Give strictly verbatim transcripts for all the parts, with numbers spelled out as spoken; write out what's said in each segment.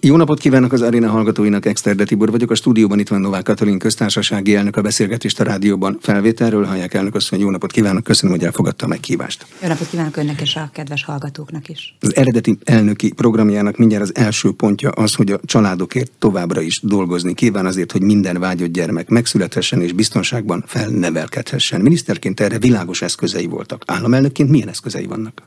Jó napot kívánok az Aréna hallgatóinak, Exterde Tibor vagyok. A stúdióban itt van Novák Katalin köztársasági elnök, a beszélgetést a rádióban felvételről. Hallják, elnök asszony, jó napot kívánok, köszönöm, hogy elfogadta a meghívást. Jó napot kívánok önnek és a kedves hallgatóknak is. Az eredeti elnöki programjának mindjárt az első pontja az, hogy a családokért továbbra is dolgozni kíván, azért, hogy minden vágyott gyermek megszülethessen és biztonságban felnevelkedhessen. Miniszterként erre világos eszközei voltak. Államelnökként milyen eszközei vannak?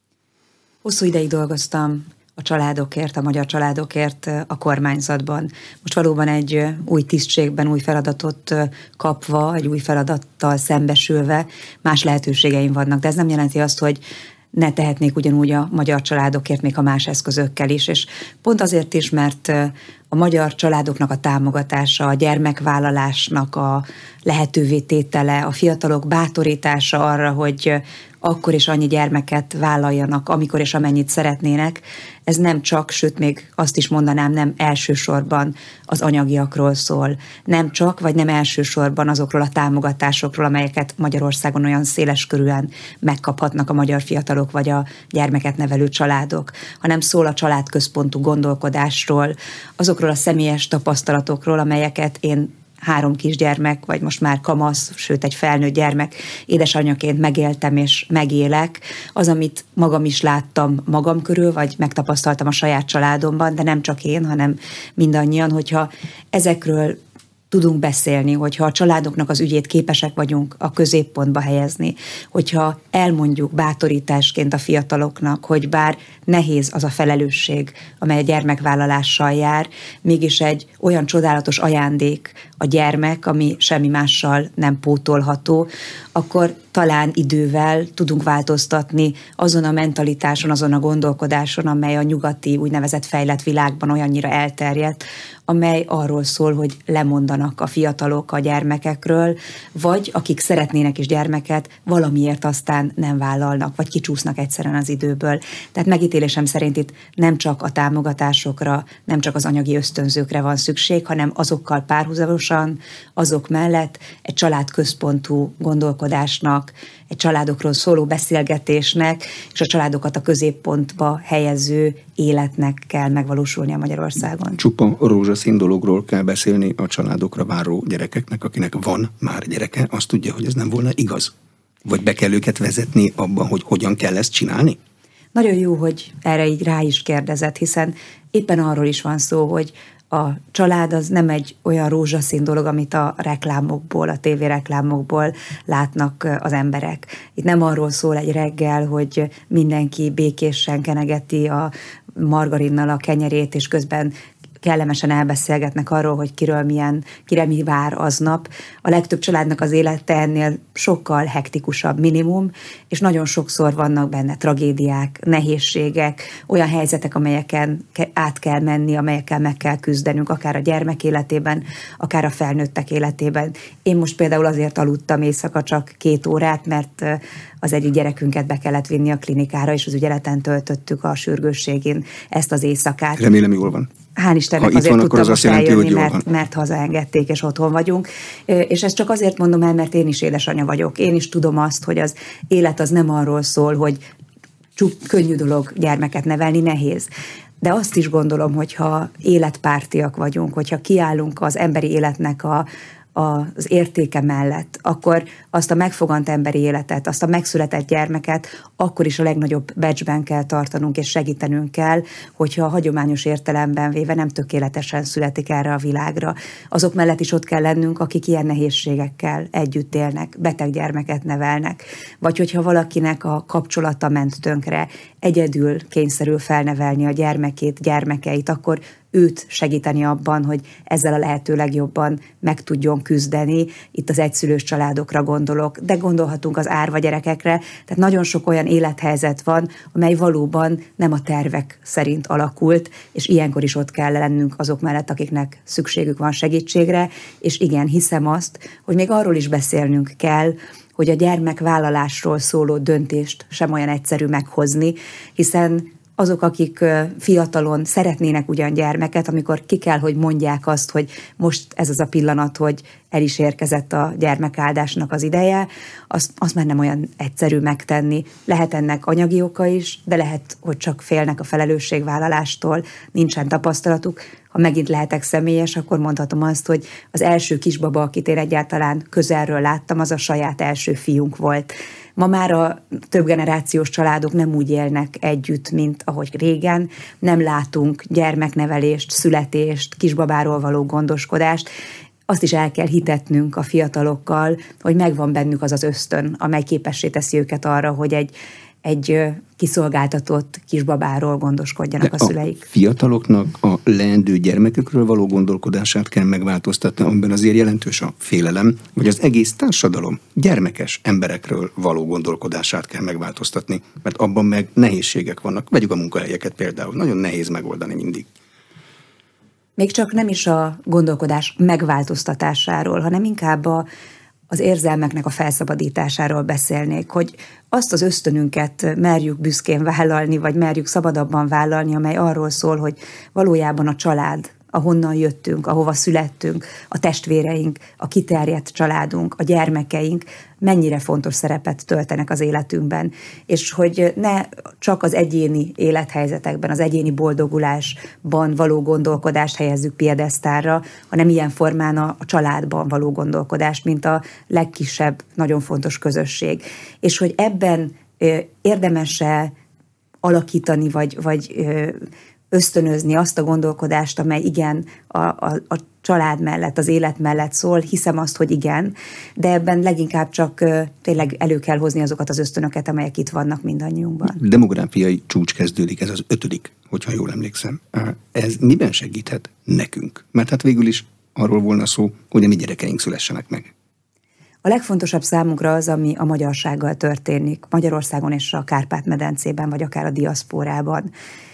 Hosszú ideig dolgoztam a családokért, a magyar családokért a kormányzatban. Most valóban egy új tisztségben, új feladatot kapva, egy új feladattal szembesülve más lehetőségeim vannak. De ez nem jelenti azt, hogy ne tehetnék ugyanúgy a magyar családokért, még a más eszközökkel is. És pont azért is, mert a magyar családoknak a támogatása, a gyermekvállalásnak a lehetővé tétele, a fiatalok bátorítása arra, hogy akkor is annyi gyermeket vállaljanak, amikor és amennyit szeretnének, ez nem csak, sőt még azt is mondanám, nem elsősorban az anyagiakról szól. Nem csak, vagy nem elsősorban azokról a támogatásokról, amelyeket Magyarországon olyan széleskörűen megkaphatnak a magyar fiatalok vagy a gyermeket nevelő családok, hanem szól a családközpontú gondolkodásról, azokról a személyes tapasztalatokról, amelyeket én három kisgyermek, vagy most már kamasz, sőt egy felnőtt gyermek édesanyjaként megéltem és megélek, az, amit magam is láttam magam körül, vagy megtapasztaltam a saját családomban, de nem csak én, hanem mindannyian, hogyha ezekről tudunk beszélni, hogyha a családoknak az ügyét képesek vagyunk a középpontba helyezni, hogyha elmondjuk bátorításként a fiataloknak, hogy bár nehéz az a felelősség, amely a gyermekvállalással jár, mégis egy olyan csodálatos ajándék a gyermek, ami semmi mással nem pótolható, akkor talán idővel tudunk változtatni azon a mentalitáson, azon a gondolkodáson, amely a nyugati úgynevezett fejlett világban olyannyira elterjedt, amely arról szól, hogy lemondanak a fiatalok a gyermekekről, vagy akik szeretnének is gyermeket, valamiért aztán nem vállalnak, vagy kicsúsznak egyszerűen az időből. Tehát megítélésem szerint itt nem csak a támogatásokra, nem csak az anyagi ösztönzőkre van szükség, hanem azokkal párhuzamosan, azok mellett egy családközpontú gondolkodásnak, egy családokról szóló beszélgetésnek, és a családokat a középpontba helyező életnek kell megvalósulni a Magyarországon. Csupa rózsaszín dologról kell beszélni a családokra váró gyerekeknek, akinek van már gyereke, azt tudja, hogy ez nem volna igaz? Vagy be kell őket vezetni abban, hogy hogyan kell ezt csinálni? Nagyon jó, hogy erre így rá is kérdezett, hiszen éppen arról is van szó, hogy a család az nem egy olyan rózsaszín dolog, amit a reklámokból, a tévéreklámokból látnak az emberek. Itt nem arról szól egy reggel, hogy mindenki békésen kenegeti a margarinnal a kenyerét, és közben kellemesen elbeszélgetnek arról, hogy kiről milyen, kire mi vár aznap. A legtöbb családnak az élete ennél sokkal hektikusabb minimum, és nagyon sokszor vannak benne tragédiák, nehézségek, olyan helyzetek, amelyeken át kell menni, amelyekkel meg kell küzdenünk, akár a gyermek életében, akár a felnőttek életében. Én most például azért aludtam éjszaka csak két órát, mert az egyik gyerekünket be kellett vinni a klinikára, és az ügyeleten töltöttük a sürgősségén ezt az éjszakát. Remélem, jól van. Hál' Istennek ha azért van, tudtam az most jelenti, eljönni, hogy mert, mert hazaengedték, és otthon vagyunk. És ezt csak azért mondom el, mert én is édesanyja vagyok. Én is tudom azt, hogy az élet az nem arról szól, hogy csup, könnyű dolog gyermeket nevelni, nehéz. De azt is gondolom, hogyha életpártiak vagyunk, hogyha kiállunk az emberi életnek a az értéke mellett, akkor azt a megfogant emberi életet, azt a megszületett gyermeket akkor is a legnagyobb becsben kell tartanunk és segítenünk kell, hogyha a hagyományos értelemben véve nem tökéletesen születik erre a világra. Azok mellett is ott kell lennünk, akik ilyen nehézségekkel együtt élnek, beteg gyermeket nevelnek, vagy hogyha valakinek a kapcsolata ment tönkre, egyedül kényszerül felnevelni a gyermekét, gyermekeit, akkor őt segíteni abban, hogy ezzel a lehető legjobban meg tudjon küzdeni. Itt az egyszülős családokra gondolok, de gondolhatunk az árva gyerekekre. Tehát nagyon sok olyan élethelyzet van, amely valóban nem a tervek szerint alakult, és ilyenkor is ott kell lennünk azok mellett, akiknek szükségük van segítségre, és igen, hiszem azt, hogy még arról is beszélnünk kell, hogy a gyermekvállalásról szóló döntést sem olyan egyszerű meghozni, hiszen azok, akik fiatalon szeretnének ugyan gyermeket, amikor ki kell, hogy mondják azt, hogy most ez az a pillanat, hogy el is érkezett a gyermekáldásnak az ideje, azt, azt már nem olyan egyszerű megtenni. Lehet ennek anyagi oka is, de lehet, hogy csak félnek a felelősségvállalástól, nincsen tapasztalatuk. Ha megint lehetek személyes, akkor mondhatom azt, hogy az első kisbaba, akit én egyáltalán közelről láttam, az a saját első fiunk volt. Ma már a több generációs családok nem úgy élnek együtt, mint ahogy régen. Nem látunk gyermeknevelést, születést, kisbabáról való gondoskodást. Azt is el kell hitetnünk a fiatalokkal, hogy megvan bennük az az ösztön, amely képessé teszi őket arra, hogy egy, egy kiszolgáltatott kisbabáról gondoskodjanak De a szüleik. A fiataloknak a leendő gyermekükről való gondolkodását kell megváltoztatni, amiben azért jelentős a félelem, vagy az egész társadalom gyermekes emberekről való gondolkodását kell megváltoztatni, mert abban meg nehézségek vannak. Vegyük a munkahelyeket például, nagyon nehéz megoldani mindig. Még csak nem is a gondolkodás megváltoztatásáról, hanem inkább a, az érzelmeknek a felszabadításáról beszélnék, hogy azt az ösztönünket merjük büszkén vállalni, vagy merjük szabadabban vállalni, amely arról szól, hogy valójában a család, ahonnan jöttünk, ahova születtünk, a testvéreink, a kiterjedt családunk, a gyermekeink mennyire fontos szerepet töltenek az életünkben, és hogy ne csak az egyéni élethelyzetekben, az egyéni boldogulásban való gondolkodást helyezzük piedesztálra, hanem ilyen formán a, a családban való gondolkodást, mint a legkisebb, nagyon fontos közösség. És hogy ebben ö, érdemes-e alakítani, vagy, vagy ö, ösztönözni azt a gondolkodást, amely igen, a, a, a család mellett, az élet mellett szól, hiszem azt, hogy igen, de ebben leginkább csak uh, tényleg elő kell hozni azokat az ösztönöket, amelyek itt vannak mindannyiunkban. Demográfiai csúcs kezdődik, ez az ötödik, hogyha jól emlékszem. Ez miben segíthet nekünk? Mert hát végül is arról volna szó, hogy a mi gyerekeink szülessenek meg. A legfontosabb számunkra az, ami a magyarsággal történik, Magyarországon és a Kárpát-medencében, vagy akár a diaszpórában.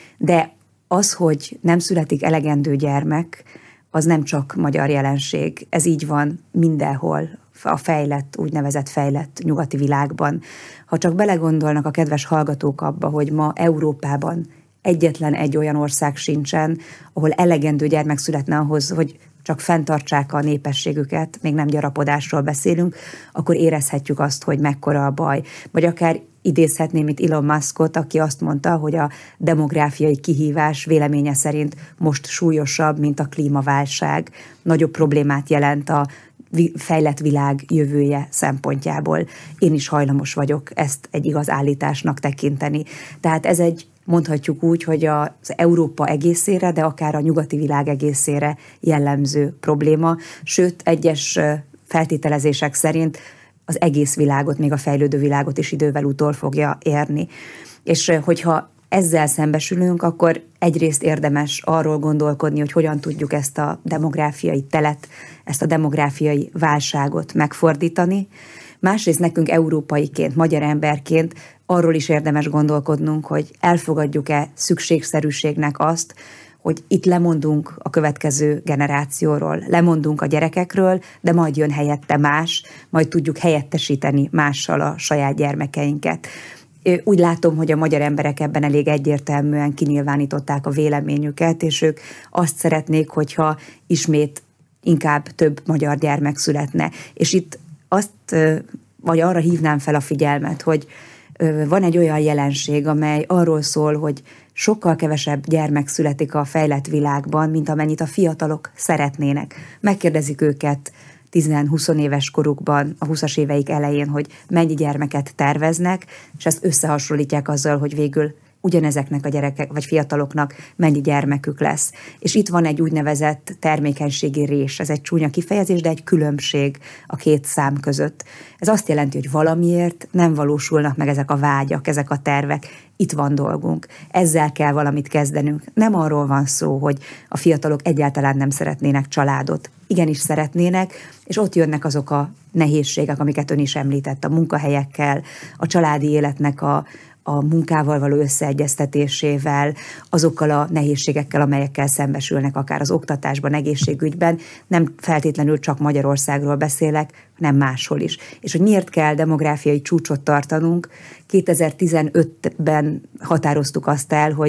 De az, hogy nem születik elegendő gyermek, az nem csak magyar jelenség. Ez így van mindenhol, a fejlett, úgynevezett fejlett nyugati világban. Ha csak belegondolnak a kedves hallgatók abba, hogy ma Európában egyetlen egy olyan ország sincsen, ahol elegendő gyermek születne ahhoz, hogy csak fenntartsák a népességüket, még nem gyarapodásról beszélünk, akkor érezhetjük azt, hogy mekkora a baj. Vagy akár idézhetném itt Elon Muskot, aki azt mondta, hogy a demográfiai kihívás véleménye szerint most súlyosabb, mint a klímaválság. Nagyobb problémát jelent a fejlett világ jövője szempontjából. Én is hajlamos vagyok ezt egy igaz állításnak tekinteni. Tehát ez egy, mondhatjuk úgy, hogy az Európa egészére, de akár a nyugati világ egészére jellemző probléma, sőt, egyes feltételezések szerint az egész világot, még a fejlődő világot is idővel utol fogja érni. És hogyha ezzel szembesülünk, akkor egyrészt érdemes arról gondolkodni, hogy hogyan tudjuk ezt a demográfiai telet, ezt a demográfiai válságot megfordítani. Másrészt nekünk európaiként, magyar emberként arról is érdemes gondolkodnunk, hogy elfogadjuk-e szükségszerűségnek azt, hogy itt lemondunk a következő generációról, lemondunk a gyerekekről, de majd jön helyette más, majd tudjuk helyettesíteni mással a saját gyermekeinket. Úgy látom, hogy a magyar emberek ebben elég egyértelműen kinyilvánították a véleményüket, és ők azt szeretnék, hogyha ismét inkább több magyar gyermek születne. És itt azt, vagy arra hívnám fel a figyelmet, hogy van egy olyan jelenség, amely arról szól, hogy sokkal kevesebb gyermek születik a fejlett világban, mint amennyit a fiatalok szeretnének. Megkérdezik őket tíz-húsz éves korukban, a húszas éveik elején, hogy mennyi gyermeket terveznek, és ezt összehasonlítják azzal, hogy végül ugyanezeknek a gyerekek vagy fiataloknak mennyi gyermekük lesz. És itt van egy úgynevezett termékenységi rés, ez egy csúnya kifejezés, de egy különbség a két szám között. Ez azt jelenti, hogy valamiért nem valósulnak meg ezek a vágyak, ezek a tervek. Itt van dolgunk. Ezzel kell valamit kezdenünk. Nem arról van szó, hogy a fiatalok egyáltalán nem szeretnének családot. Igenis szeretnének, és ott jönnek azok a nehézségek, amiket ön is említett, a munkahelyekkel, a családi életnek a a munkával való összeegyeztetésével, azokkal a nehézségekkel, amelyekkel szembesülnek akár az oktatásban, egészségügyben. Nem feltétlenül csak Magyarországról beszélek, hanem máshol is. És hogy miért kell demográfiai csúcsot tartanunk? kétezer-tizenötben határoztuk azt el, hogy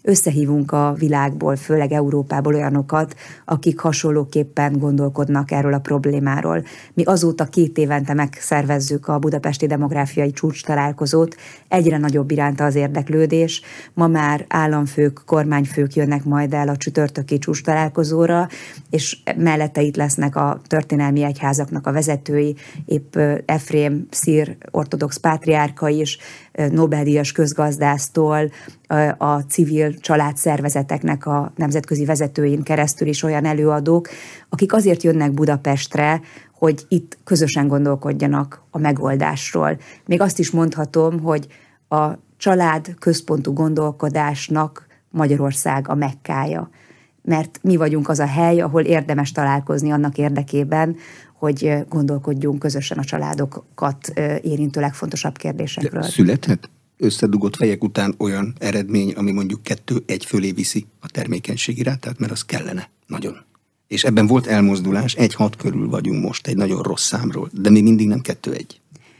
összehívunk a világból, főleg Európából olyanokat, akik hasonlóképpen gondolkodnak erről a problémáról. Mi azóta két évente megszervezzük a budapesti demográfiai csúcs találkozót, egyre nagyobb iránta az érdeklődés. Ma már államfők, kormányfők jönnek majd el a csütörtöki csúcs találkozóra, és mellette itt lesznek a történelmi egyházaknak a vezetői, épp Efrém szír ortodox pátriárka is, Nobel-díjas közgazdásztól, a civil családszervezeteknek a nemzetközi vezetőin keresztül is olyan előadók, akik azért jönnek Budapestre, hogy itt közösen gondolkodjanak a megoldásról. Még azt is mondhatom, hogy a család központú gondolkodásnak Magyarország a Mekkája. Mert mi vagyunk az a hely, ahol érdemes találkozni annak érdekében, hogy gondolkodjunk közösen a családokat érintő legfontosabb kérdésekről. De születhet összedugott fejek után olyan eredmény, ami mondjuk kettő-egy fölé viszi a termékenységi rátát, mert az kellene nagyon. És ebben volt elmozdulás, egy-hat körül vagyunk most, egy nagyon rossz számról, de még mindig nem kettő-egy.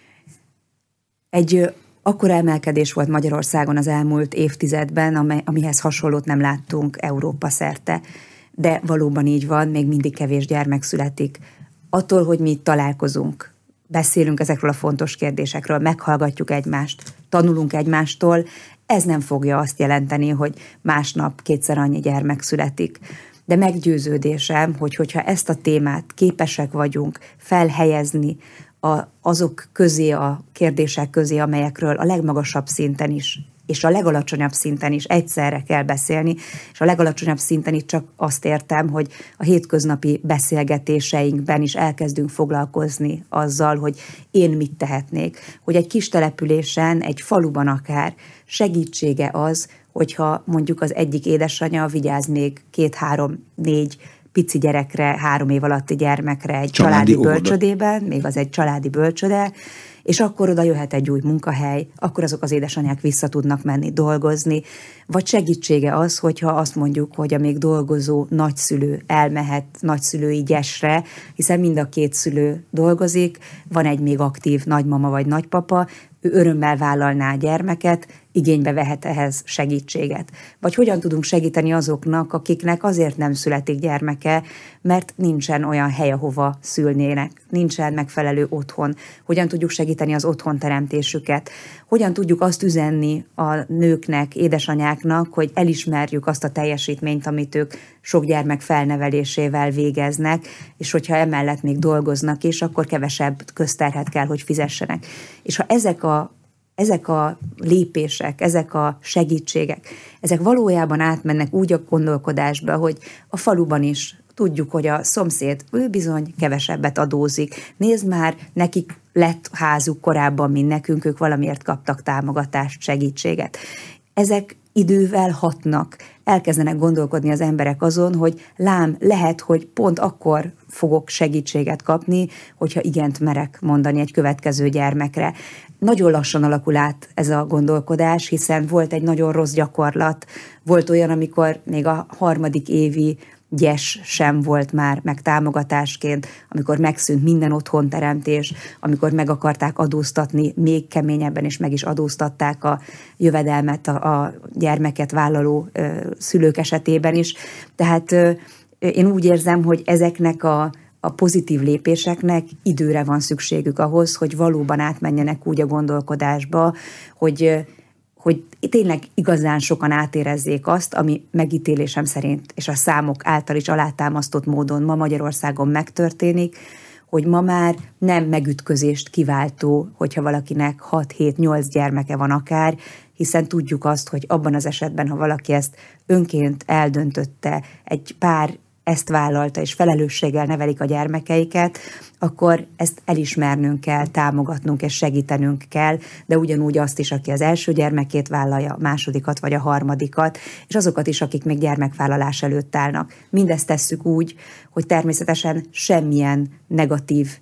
Egy akkora emelkedés volt Magyarországon az elmúlt évtizedben, amely, amihez hasonlót nem láttunk Európa szerte. De valóban így van, még mindig kevés gyermek születik. Attól, hogy mi itt találkozunk, beszélünk ezekről a fontos kérdésekről, meghallgatjuk egymást, tanulunk egymástól, ez nem fogja azt jelenteni, hogy másnap kétszer annyi gyermek születik. De meggyőződésem, hogy hogyha ezt a témát képesek vagyunk felhelyezni a, azok közé, a kérdések közé, amelyekről a legmagasabb szinten is és a legalacsonyabb szinten is egyszerre kell beszélni, és a legalacsonyabb szinten itt csak azt értem, hogy a hétköznapi beszélgetéseinkben is elkezdünk foglalkozni azzal, hogy én mit tehetnék, hogy egy kis településen, egy faluban akár segítsége az, hogyha mondjuk az egyik édesanyja vigyáz még két-három-négy pici gyerekre, három év alatti gyermekre egy családi, családi bölcsödében, még az egy családi bölcsöde, és akkor oda jöhet egy új munkahely, akkor azok az édesanyák vissza tudnak menni dolgozni, vagy segítsége az, hogyha azt mondjuk, hogy a még dolgozó nagyszülő elmehet nagyszülői gyesre, hiszen mind a két szülő dolgozik, van egy még aktív nagymama vagy nagypapa, ő örömmel vállalná a gyermeket, igénybe vehet ehhez segítséget. Vagy hogyan tudunk segíteni azoknak, akiknek azért nem születik gyermeke, mert nincsen olyan hely, ahova szülnének, nincsen megfelelő otthon. Hogyan tudjuk segíteni az otthonteremtésüket? Hogyan tudjuk azt üzenni a nőknek, édesanyáknak, hogy elismerjük azt a teljesítményt, amit ők sok gyermek felnevelésével végeznek, és hogyha emellett még dolgoznak is, akkor kevesebb közterhet kell, hogy fizessenek. És ha ezek a Ezek a lépések, ezek a segítségek, ezek valójában átmennek úgy a gondolkodásba, hogy a faluban is tudjuk, hogy a szomszéd, ő bizony kevesebbet adózik. Nézd már, nekik lett házuk korábban, mint nekünk, ők valamiért kaptak támogatást, segítséget. Ezek idővel hatnak. Elkezdenek gondolkodni az emberek azon, hogy lám, lehet, hogy pont akkor fogok segítséget kapni, hogyha igent merek mondani egy következő gyermekre. Nagyon lassan alakul át ez a gondolkodás, hiszen volt egy nagyon rossz gyakorlat, volt olyan, amikor még a harmadik évi gyes sem volt már meg támogatásként, amikor megszűnt minden otthonteremtés, amikor meg akarták adóztatni még keményebben, és meg is adóztatták a jövedelmet a, a gyermeket vállaló ö, szülők esetében is. Tehát ö, én úgy érzem, hogy ezeknek a a pozitív lépéseknek időre van szükségük ahhoz, hogy valóban átmenjenek úgy a gondolkodásba, hogy, hogy tényleg igazán sokan átérezzék azt, ami megítélésem szerint, és a számok által is alátámasztott módon ma Magyarországon megtörténik, hogy ma már nem megütközést kiváltó, hogyha valakinek hat-hét-nyolc gyermeke van akár, hiszen tudjuk azt, hogy abban az esetben, ha valaki ezt önként eldöntötte, egy pár ezt vállalta, és felelősséggel nevelik a gyermekeiket, akkor ezt elismernünk kell, támogatnunk és segítenünk kell, de ugyanúgy azt is, aki az első gyermekét vállalja, a másodikat vagy a harmadikat, és azokat is, akik még gyermekvállalás előtt állnak. Mindezt tesszük úgy, hogy természetesen semmilyen negatív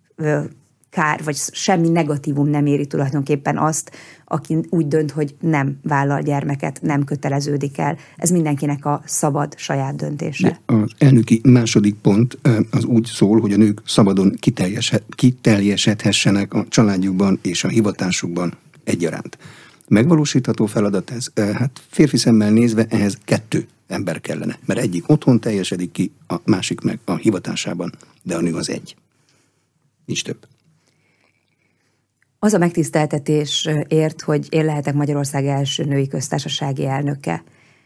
kár, vagy semmi negatívum nem éri tulajdonképpen azt, aki úgy dönt, hogy nem vállal gyermeket, nem köteleződik el. Ez mindenkinek a szabad, saját döntése. De az elnöki második pont az úgy szól, hogy a nők szabadon kiteljesedhessenek a családjukban és a hivatásukban egyaránt. Megvalósítható feladat ez? Hát férfi szemmel nézve ehhez kettő ember kellene, mert egyik otthon teljesedik ki, a másik meg a hivatásában, de a nő az egy. Nincs több. Az a megtiszteltetés ért, hogy én lehetek Magyarország első női köztársasági elnöke,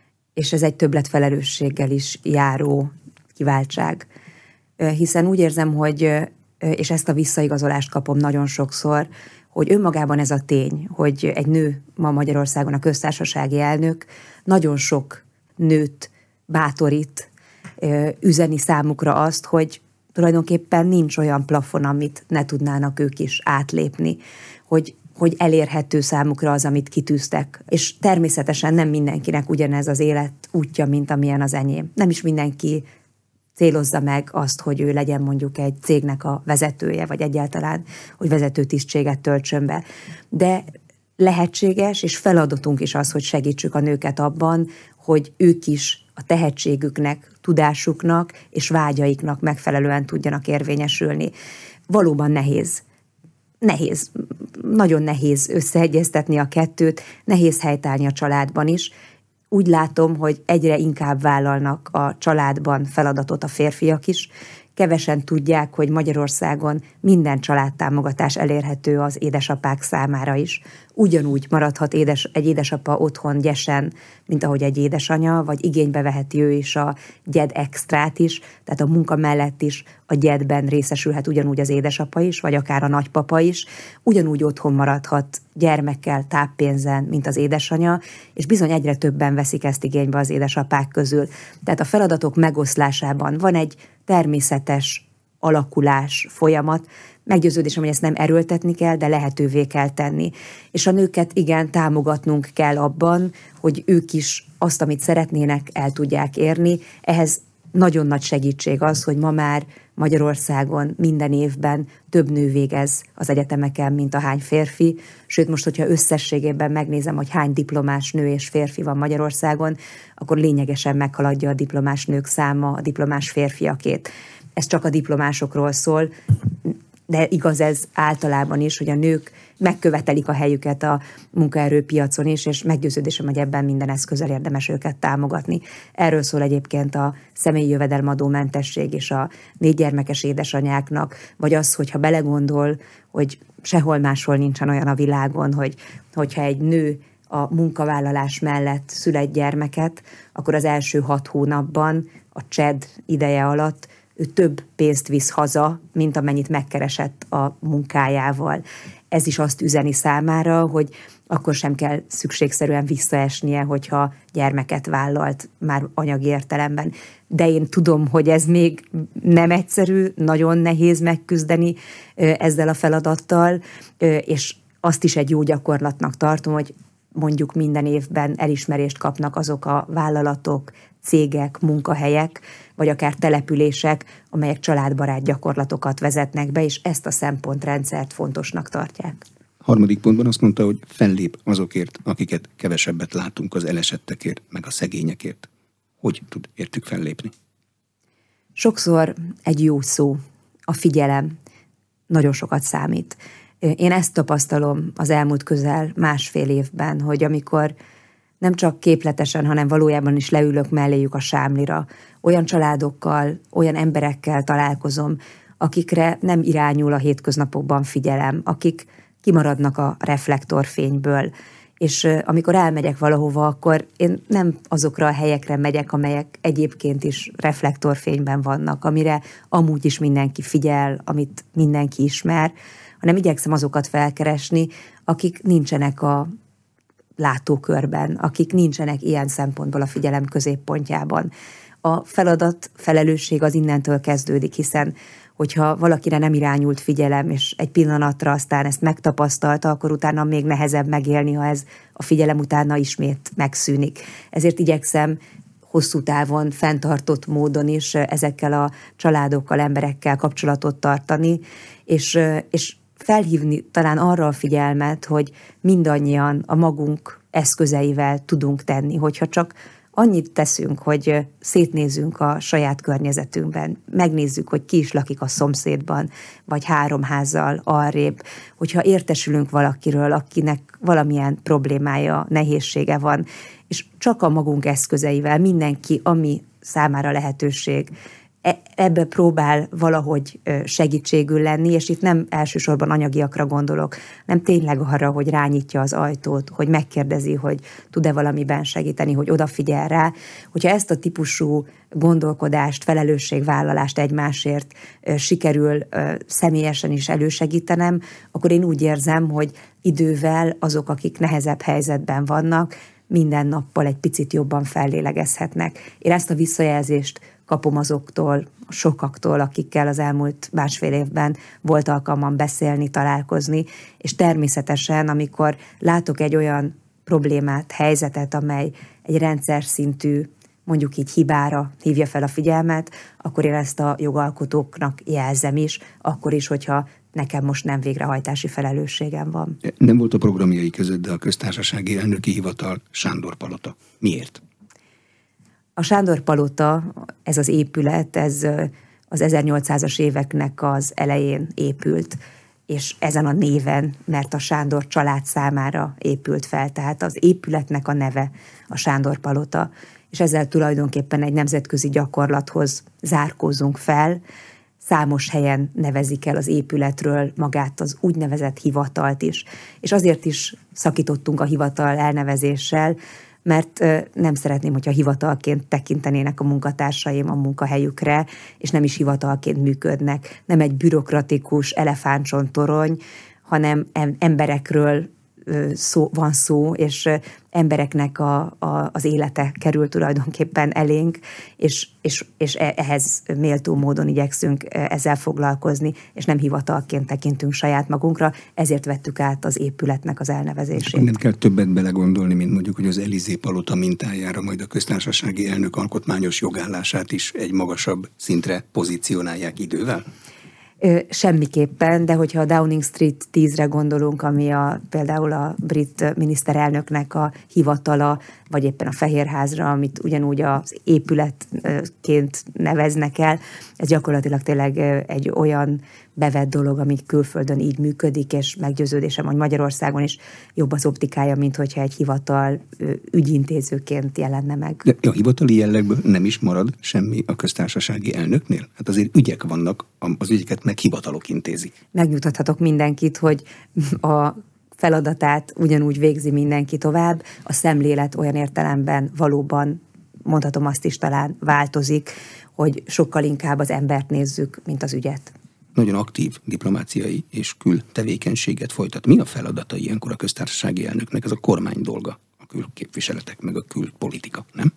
és ez egy többletfelelősséggel is járó kiváltság. Hiszen úgy érzem, hogy, és ezt a visszaigazolást kapom nagyon sokszor, hogy önmagában ez a tény, hogy egy nő ma Magyarországon a köztársasági elnök nagyon sok nőt bátorít, üzeni számukra azt, hogy tulajdonképpen nincs olyan plafon, amit ne tudnának ők is átlépni, hogy, hogy elérhető számukra az, amit kitűztek. És természetesen nem mindenkinek ugyanez az élet útja, mint amilyen az enyém. Nem is mindenki célozza meg azt, hogy ő legyen mondjuk egy cégnek a vezetője, vagy egyáltalán, hogy vezető tisztséget töltsön be. De lehetséges, és feladatunk is az, hogy segítsük a nőket abban, hogy ők is a tehetségüknek, tudásuknak és vágyaiknak megfelelően tudjanak érvényesülni. Valóban nehéz. Nehéz. Nagyon nehéz összeegyeztetni a kettőt, nehéz helytállni a családban is. Úgy látom, hogy egyre inkább vállalnak a családban feladatot a férfiak is. Kevesen tudják, hogy Magyarországon minden családtámogatás elérhető az édesapák számára is. Ugyanúgy maradhat édes, egy édesapa otthon gyesen, mint ahogy egy édesanya, vagy igénybe veheti ő is a gyed extrát is, tehát a munka mellett is a gyedben részesülhet ugyanúgy az édesapa is, vagy akár a nagypapa is. Ugyanúgy otthon maradhat gyermekkel, táppénzen, mint az édesanya, és bizony egyre többen veszik ezt igénybe az édesapák közül. Tehát a feladatok megoszlásában van egy természetes alakulás, folyamat. Meggyőződésem, hogy ezt nem erőltetni kell, de lehetővé kell tenni. És a nőket igen, támogatnunk kell abban, hogy ők is azt, amit szeretnének, el tudják érni. Ehhez nagyon nagy segítség az, hogy ma már Magyarországon minden évben több nő végez az egyetemeken, mint ahány férfi. Sőt, most, hogyha összességében megnézem, hogy hány diplomás nő és férfi van Magyarországon, akkor lényegesen meghaladja a diplomás nők száma a diplomás férfiakét. Ez csak a diplomásokról szól, de igaz ez általában is, hogy a nők megkövetelik a helyüket a munkaerőpiacon is, és meggyőződésem, hogy ebben minden eszközzel érdemes őket támogatni. Erről szól egyébként a személyi jövedelmadómentesség és a négy gyermekes édesanyáknak, vagy az, hogyha belegondol, hogy sehol máshol nincsen olyan a világon, hogy, hogyha egy nő a munkavállalás mellett szül egy gyermeket, akkor az első hat hónapban, a cséd ideje alatt ő több pénzt visz haza, mint amennyit megkeresett a munkájával. Ez is azt üzeni számára, hogy akkor sem kell szükségszerűen visszaesnie, hogyha gyermeket vállalt már anyagi értelemben. De én tudom, hogy ez még nem egyszerű, nagyon nehéz megküzdeni ezzel a feladattal, és azt is egy jó gyakorlatnak tartom, hogy mondjuk minden évben elismerést kapnak azok a vállalatok, cégek, munkahelyek, vagy akár települések, amelyek családbarát gyakorlatokat vezetnek be, és ezt a szempontrendszert fontosnak tartják. Harmadik pontban azt mondta, hogy fellép azokért, akiket kevesebbet látunk, az elesettekért, meg a szegényekért. Hogy tud értük fellépni? Sokszor egy jó szó, a figyelem nagyon sokat számít. Én ezt tapasztalom az elmúlt közel másfél évben, hogy amikor nem csak képletesen, hanem valójában is leülök melléjük a sámlira, olyan családokkal, olyan emberekkel találkozom, akikre nem irányul a hétköznapokban figyelem, akik kimaradnak a reflektorfényből. És amikor elmegyek valahova, akkor én nem azokra a helyekre megyek, amelyek egyébként is reflektorfényben vannak, amire amúgy is mindenki figyel, amit mindenki ismer, hanem igyekszem azokat felkeresni, akik nincsenek a látókörben, akik nincsenek ilyen szempontból a figyelem középpontjában. A feladat, felelősség az innentől kezdődik, hiszen hogyha valakire nem irányult figyelem, és egy pillanatra aztán ezt megtapasztalta, akkor utána még nehezebb megélni, ha ez a figyelem utána ismét megszűnik. Ezért igyekszem hosszú távon, fenntartott módon is ezekkel a családokkal, emberekkel kapcsolatot tartani, és, és felhívni talán arra a figyelmet, hogy mindannyian a magunk eszközeivel tudunk tenni, hogyha csak annyit teszünk, hogy szétnézünk a saját környezetünkben, megnézzük, hogy ki is lakik a szomszédban, vagy három házzal arrébb, hogyha értesülünk valakiről, akinek valamilyen problémája, nehézsége van, és csak a magunk eszközeivel mindenki, ami számára lehetőség, ebbe próbál valahogy segítségül lenni, és itt nem elsősorban anyagiakra gondolok, nem tényleg arra, hogy rányitja az ajtót, hogy megkérdezi, hogy tud-e valamiben segíteni, hogy odafigyel rá. Hogyha ezt a típusú gondolkodást, felelősségvállalást egymásért sikerül személyesen is elősegítenem, akkor én úgy érzem, hogy idővel azok, akik nehezebb helyzetben vannak, minden nappal egy picit jobban fellélegezhetnek. Én ezt a visszajelzést kapom azoktól, sokaktól, akikkel az elmúlt másfél évben volt alkalmam beszélni, találkozni, és természetesen, amikor látok egy olyan problémát, helyzetet, amely egy rendszer szintű, mondjuk így hibára hívja fel a figyelmet, akkor én ezt a jogalkotóknak jelzem is, akkor is, hogyha nekem most nem végrehajtási felelősségem van. Nem volt a programjai között, de a köztársasági elnöki hivatal Sándor Palota. Miért? A Sándor Palota, ez az épület, ez az ezernyolcszázas éveknek az elején épült, és ezen a néven, mert a Sándor család számára épült fel, tehát az épületnek a neve a Sándor Palota, és ezzel tulajdonképpen egy nemzetközi gyakorlathoz zárkózunk fel. Számos helyen nevezik el az épületről magát az úgynevezett hivatalt is. És azért is szakítottunk a hivatal elnevezéssel, mert nem szeretném, hogyha hivatalként tekintenének a munkatársaim a munkahelyükre, és nem is hivatalként működnek. Nem egy bürokratikus elefántcsontorony, hanem emberekről szó, van szó, és embereknek a, a, az élete kerül tulajdonképpen elénk, és, és, és ehhez méltó módon igyekszünk ezzel foglalkozni, és nem hivatalként tekintünk saját magunkra, ezért vettük át az épületnek az elnevezését. Nem kell többet belegondolni, mint mondjuk, hogy az Élysée palota mintájára majd a köztársasági elnök alkotmányos jogállását is egy magasabb szintre pozícionálják idővel? Semmiképpen, de hogyha a Downing Street tízre gondolunk, ami a, például a brit miniszterelnöknek a hivatala, vagy éppen a Fehérházra, amit ugyanúgy az épületként neveznek el, ez gyakorlatilag tényleg egy olyan bevett dolog, ami külföldön így működik, és meggyőződésem, hogy Magyarországon is jobb az optikája, mint hogyha egy hivatal ügyintézőként jelenne meg. De a hivatali jellegből nem is marad semmi a köztársasági elnöknél? Hát azért ügyek vannak, az ügyeket meg hivatalok intézik. Megnyugtathatok mindenkit, hogy a feladatát ugyanúgy végzi mindenki tovább. A szemlélet olyan értelemben valóban, mondhatom azt is, talán változik, hogy sokkal inkább az embert nézzük, mint az ügyet. Nagyon aktív diplomáciai és kültevékenységet folytat. Mi a feladata ilyenkor a köztársasági elnöknek? Ez a kormány dolga, a külképviseletek, meg a külpolitika, nem?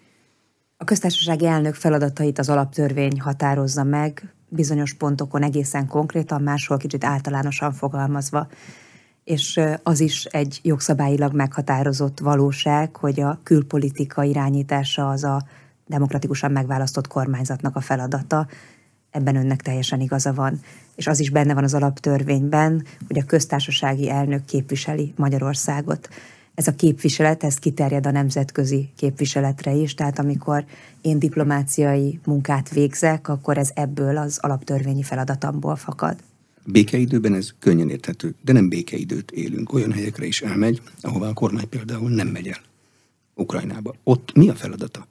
A köztársasági elnök feladatait az alaptörvény határozza meg, bizonyos pontokon egészen konkrétan, máshol kicsit általánosan fogalmazva. És az is egy jogszabályilag meghatározott valóság, hogy a külpolitika irányítása az a demokratikusan megválasztott kormányzatnak a feladata. Ebben önnek teljesen igaza van. És az is benne van az alaptörvényben, hogy a köztársasági elnök képviseli Magyarországot. Ez a képviselet, ez kiterjed a nemzetközi képviseletre is, tehát amikor én diplomáciai munkát végzek, akkor ez ebből az alaptörvényi feladatomból fakad. Békeidőben ez könnyen érthető, de nem békeidőt élünk. Olyan helyekre is elmegy, ahová a kormány például nem megy el. Ukrajnába. Ott mi a feladata?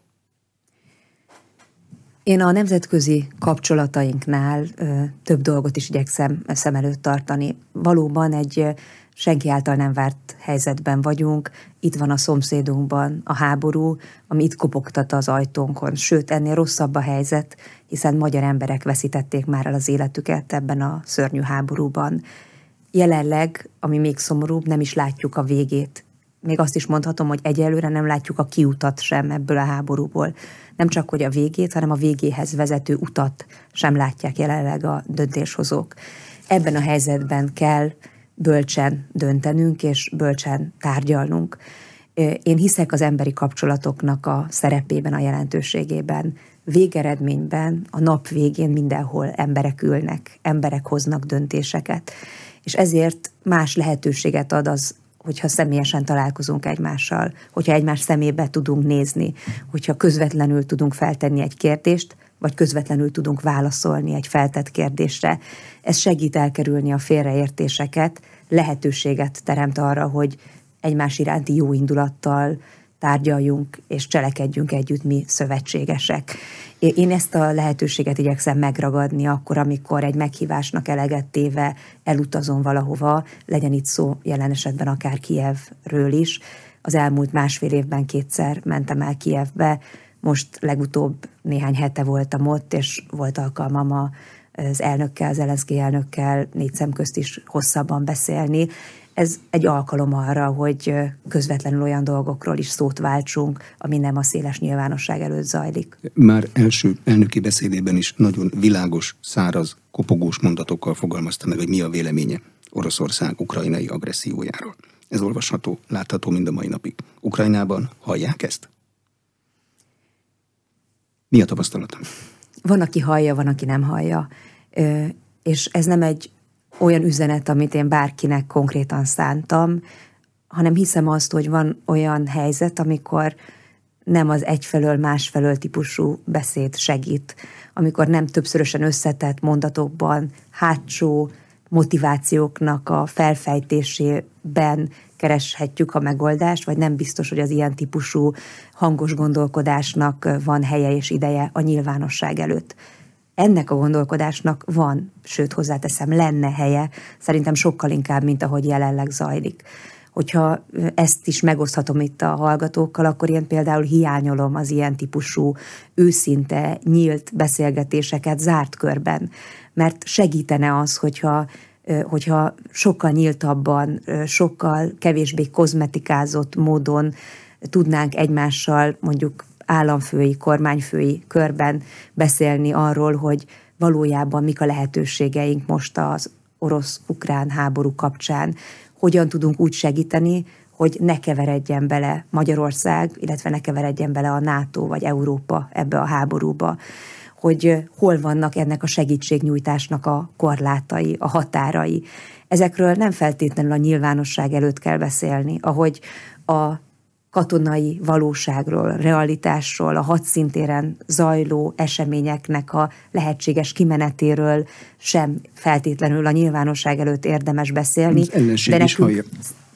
Én a nemzetközi kapcsolatainknál ö, több dolgot is igyekszem szem előtt tartani. Valóban egy ö, senki által nem várt helyzetben vagyunk. Itt van a szomszédunkban a háború, ami itt kopogtat az ajtónkon. Sőt, ennél rosszabb a helyzet, hiszen magyar emberek veszítették már el az életüket ebben a szörnyű háborúban. Jelenleg, ami még szomorúbb, nem is látjuk a végét. Még azt is mondhatom, hogy egyelőre nem látjuk a kiutat sem ebből a háborúból. Nem csak, hogy a végét, hanem a végéhez vezető utat sem látják jelenleg a döntéshozók. Ebben a helyzetben kell bölcsen döntenünk, és bölcsen tárgyalnunk. Én hiszek az emberi kapcsolatoknak a szerepében, a jelentőségében. Végeredményben, a nap végén mindenhol emberek ülnek, emberek hoznak döntéseket. És ezért más lehetőséget ad az, hogyha személyesen találkozunk egymással, hogyha egymás szemébe tudunk nézni, hogyha közvetlenül tudunk feltenni egy kérdést, vagy közvetlenül tudunk válaszolni egy feltett kérdésre. Ez segít elkerülni a félreértéseket, lehetőséget teremt arra, hogy egymás iránti jó indulattal tárgyaljunk és cselekedjünk együtt mi szövetségesek. Én ezt a lehetőséget igyekszem megragadni akkor, amikor egy meghívásnak eleget téve elutazom valahova, legyen itt szó jelen esetben akár Kijevről is. Az elmúlt másfél évben kétszer mentem el Kijevbe, most legutóbb néhány hete voltam ott, és volt alkalmam az elnökkel, Zelenszkij elnökkel négy szem közt is hosszabban beszélni. Ez egy alkalom arra, hogy közvetlenül olyan dolgokról is szót váltsunk, ami nem a széles nyilvánosság előtt zajlik. Már első elnöki beszédében is nagyon világos, száraz, kopogós mondatokkal fogalmazta meg, hogy mi a véleménye Oroszország ukrajnai agressziójáról. Ez olvasható, látható mind a mai napig. Ukrajnában hallják ezt? Mi a tapasztalatom? Van, aki hallja, van, aki nem hallja. Ö, és ez nem egy olyan üzenet, amit én bárkinek konkrétan szántam, hanem hiszem azt, hogy van olyan helyzet, amikor nem az egyfelől, másfelől típusú beszéd segít, amikor nem többszörösen összetett mondatokban, hátsó motivációknak a felfejtésében kereshetjük a megoldást, vagy nem biztos, hogy az ilyen típusú hangos gondolkodásnak van helye és ideje a nyilvánosság előtt. Ennek a gondolkodásnak van, sőt hozzáteszem, lenne helye, szerintem sokkal inkább, mint ahogy jelenleg zajlik. Hogyha ezt is megoszthatom itt a hallgatókkal, akkor én például hiányolom az ilyen típusú őszinte, nyílt beszélgetéseket zárt körben, mert segítene az, hogyha hogyha sokkal nyíltabban, sokkal kevésbé kozmetikázott módon tudnánk egymással mondjuk államfői, kormányfői körben beszélni arról, hogy valójában mik a lehetőségeink most az orosz-ukrán háború kapcsán, hogyan tudunk úgy segíteni, hogy ne keveredjen bele Magyarország, illetve ne keveredjen bele a NATO vagy Európa ebbe a háborúba, hogy hol vannak ennek a segítségnyújtásnak a korlátai, a határai. Ezekről nem feltétlenül a nyilvánosság előtt kell beszélni, ahogy a katonai valóságról, realitásról, a hadszintéren zajló eseményeknek a lehetséges kimenetéről sem feltétlenül a nyilvánosság előtt érdemes beszélni. De nekünk,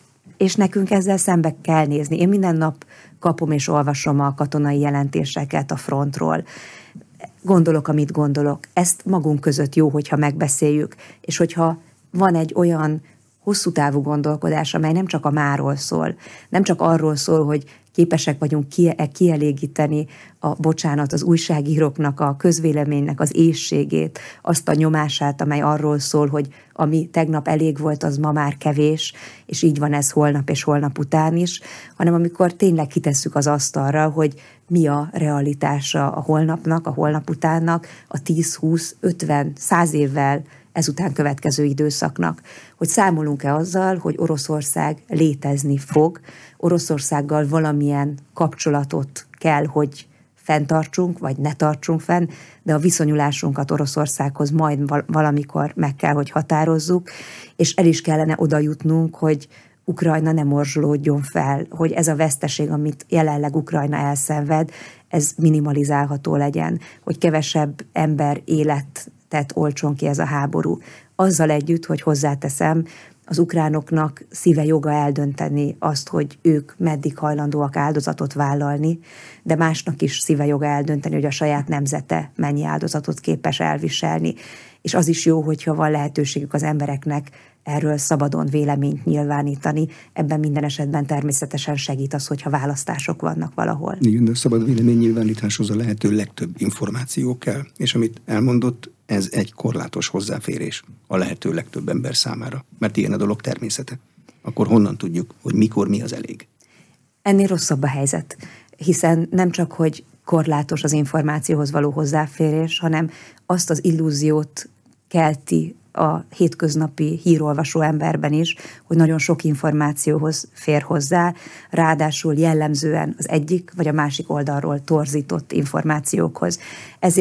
és nekünk ezzel szembe kell nézni. Én minden nap kapom és olvasom a katonai jelentéseket a frontról. Gondolok, amit gondolok. Ezt magunk között jó, hogyha megbeszéljük, és hogyha van egy olyan hosszú távú gondolkodás, amely nem csak a máról szól, nem csak arról szól, hogy képesek vagyunk kielégíteni a, bocsánat, az újságíróknak, a közvéleménynek az éhségét, azt a nyomását, amely arról szól, hogy ami tegnap elég volt, az ma már kevés, és így van ez holnap és holnap után is, hanem amikor tényleg kitesszük az asztalra, hogy mi a realitása a holnapnak, a holnap utánnak, a tíz, húsz, ötven, száz évvel ezután következő időszaknak. Hogy számolunk-e azzal, hogy Oroszország létezni fog, Oroszországgal valamilyen kapcsolatot kell, hogy fenntartsunk, vagy ne tartsunk fenn, de a viszonyulásunkat Oroszországhoz majd valamikor meg kell, hogy határozzuk, és el is kellene oda jutnunk, hogy Ukrajna ne morzsolódjon fel, hogy ez a veszteség, amit jelenleg Ukrajna elszenved, ez minimalizálható legyen, hogy kevesebb ember életet oltson ki ez a háború. Azzal együtt, hogy hozzáteszem, az ukránoknak szíve joga eldönteni azt, hogy ők meddig hajlandóak áldozatot vállalni, de másnak is szíve joga eldönteni, hogy a saját nemzete mennyi áldozatot képes elviselni. És az is jó, hogyha van lehetőségük az embereknek erről szabadon véleményt nyilvánítani. Ebben minden esetben természetesen segít az, hogyha választások vannak valahol. Igen, de a szabad vélemény nyilvánításhoz a lehető legtöbb információ kell. És amit elmondott, ez egy korlátos hozzáférés a lehető legtöbb ember számára. Mert ilyen a dolog természete. Akkor honnan tudjuk, hogy mikor mi az elég? Ennél rosszabb a helyzet, hiszen nem csak, hogy korlátos az információhoz való hozzáférés, hanem azt az illúziót kelti a hétköznapi hírolvasó emberben is, hogy nagyon sok információhoz fér hozzá, ráadásul jellemzően az egyik vagy a másik oldalról torzított információkhoz. Ezért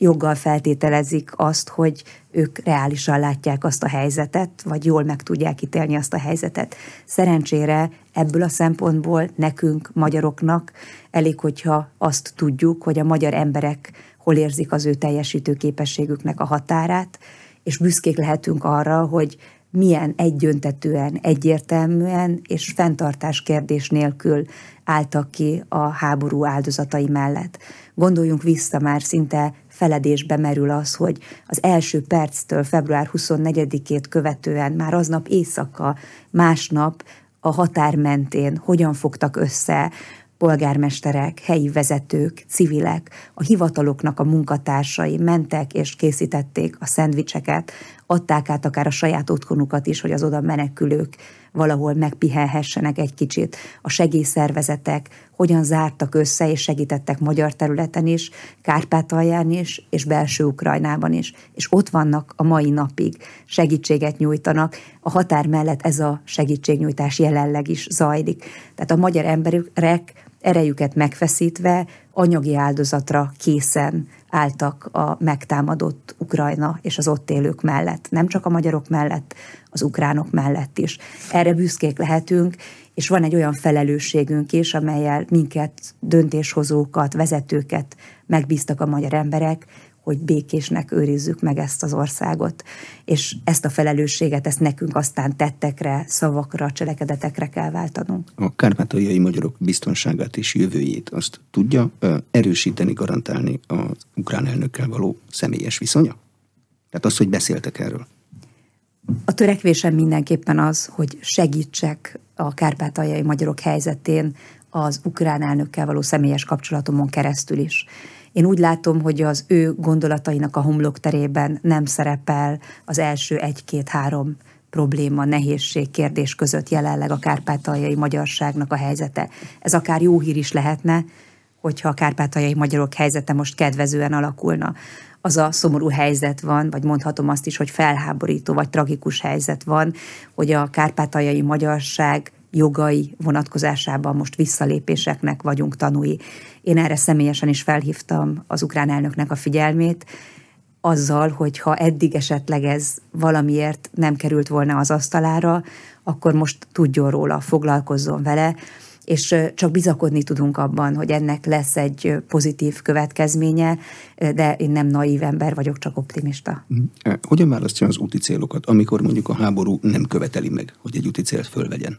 joggal feltételezik azt, hogy ők reálisan látják azt a helyzetet, vagy jól meg tudják ítélni azt a helyzetet. Szerencsére ebből a szempontból nekünk, magyaroknak elég, hogyha azt tudjuk, hogy a magyar emberek hol érzik az ő teljesítő képességüknek a határát, és büszkék lehetünk arra, hogy milyen egyöntetűen, egyértelműen és fenntartás kérdés nélkül álltak ki a háború áldozatai mellett. Gondoljunk vissza, már szinte feledésbe merül az, hogy az első perctől február huszonnegyedikét követően már aznap éjszaka, másnap a határ mentén hogyan fogtak össze polgármesterek, helyi vezetők, civilek, a hivataloknak a munkatársai mentek és készítették a szendvicseket, adták át akár a saját otthonukat is, hogy az oda menekülők valahol megpihenhessenek egy kicsit. A segélyszervezetek hogyan zártak össze és segítettek magyar területen is, Kárpátalján is, és belső Ukrajnában is. És ott vannak a mai napig, segítséget nyújtanak. A határ mellett ez a segítségnyújtás jelenleg is zajlik. Tehát a magyar emberek erejüket megfeszítve anyagi áldozatra készen álltak a megtámadott Ukrajna és az ott élők mellett. Nem csak a magyarok mellett, az ukránok mellett is. Erre büszkék lehetünk, és van egy olyan felelősségünk is, amellyel minket, döntéshozókat, vezetőket megbíztak a magyar emberek, hogy békésnek őrizzük meg ezt az országot. És ezt a felelősséget, ezt nekünk aztán tettekre, szavakra, cselekedetekre kell váltanunk. A kárpátaljai magyarok biztonságát és jövőjét azt tudja erősíteni, garantálni az ukrán elnökkel való személyes viszonya? Tehát az, hogy beszéltek erről. A törekvésem mindenképpen az, hogy segítsek a kárpátaljai magyarok helyzetén az ukrán elnökkel való személyes kapcsolatomon keresztül is. Én úgy látom, hogy az ő gondolatainak a homlokterében nem szerepel az első egy-két-három probléma, nehézség, kérdés között jelenleg a kárpátaljai magyarságnak a helyzete. Ez akár jó hír is lehetne, hogyha a kárpátaljai magyarok helyzete most kedvezően alakulna. Az a szomorú helyzet van, vagy mondhatom azt is, hogy felháborító vagy tragikus helyzet van, hogy a kárpátaljai magyarság jogai vonatkozásában most visszalépéseknek vagyunk tanúi. Én erre személyesen is felhívtam az ukrán elnöknek a figyelmét, azzal, hogy ha eddig esetleg ez valamiért nem került volna az asztalára, akkor most tudjon róla, foglalkozzon vele, és csak bizakodni tudunk abban, hogy ennek lesz egy pozitív következménye, de én nem naív ember vagyok, csak optimista. Hogyan választja az úti célokat, amikor mondjuk a háború nem követeli meg, hogy egy úti célt fölvegyen?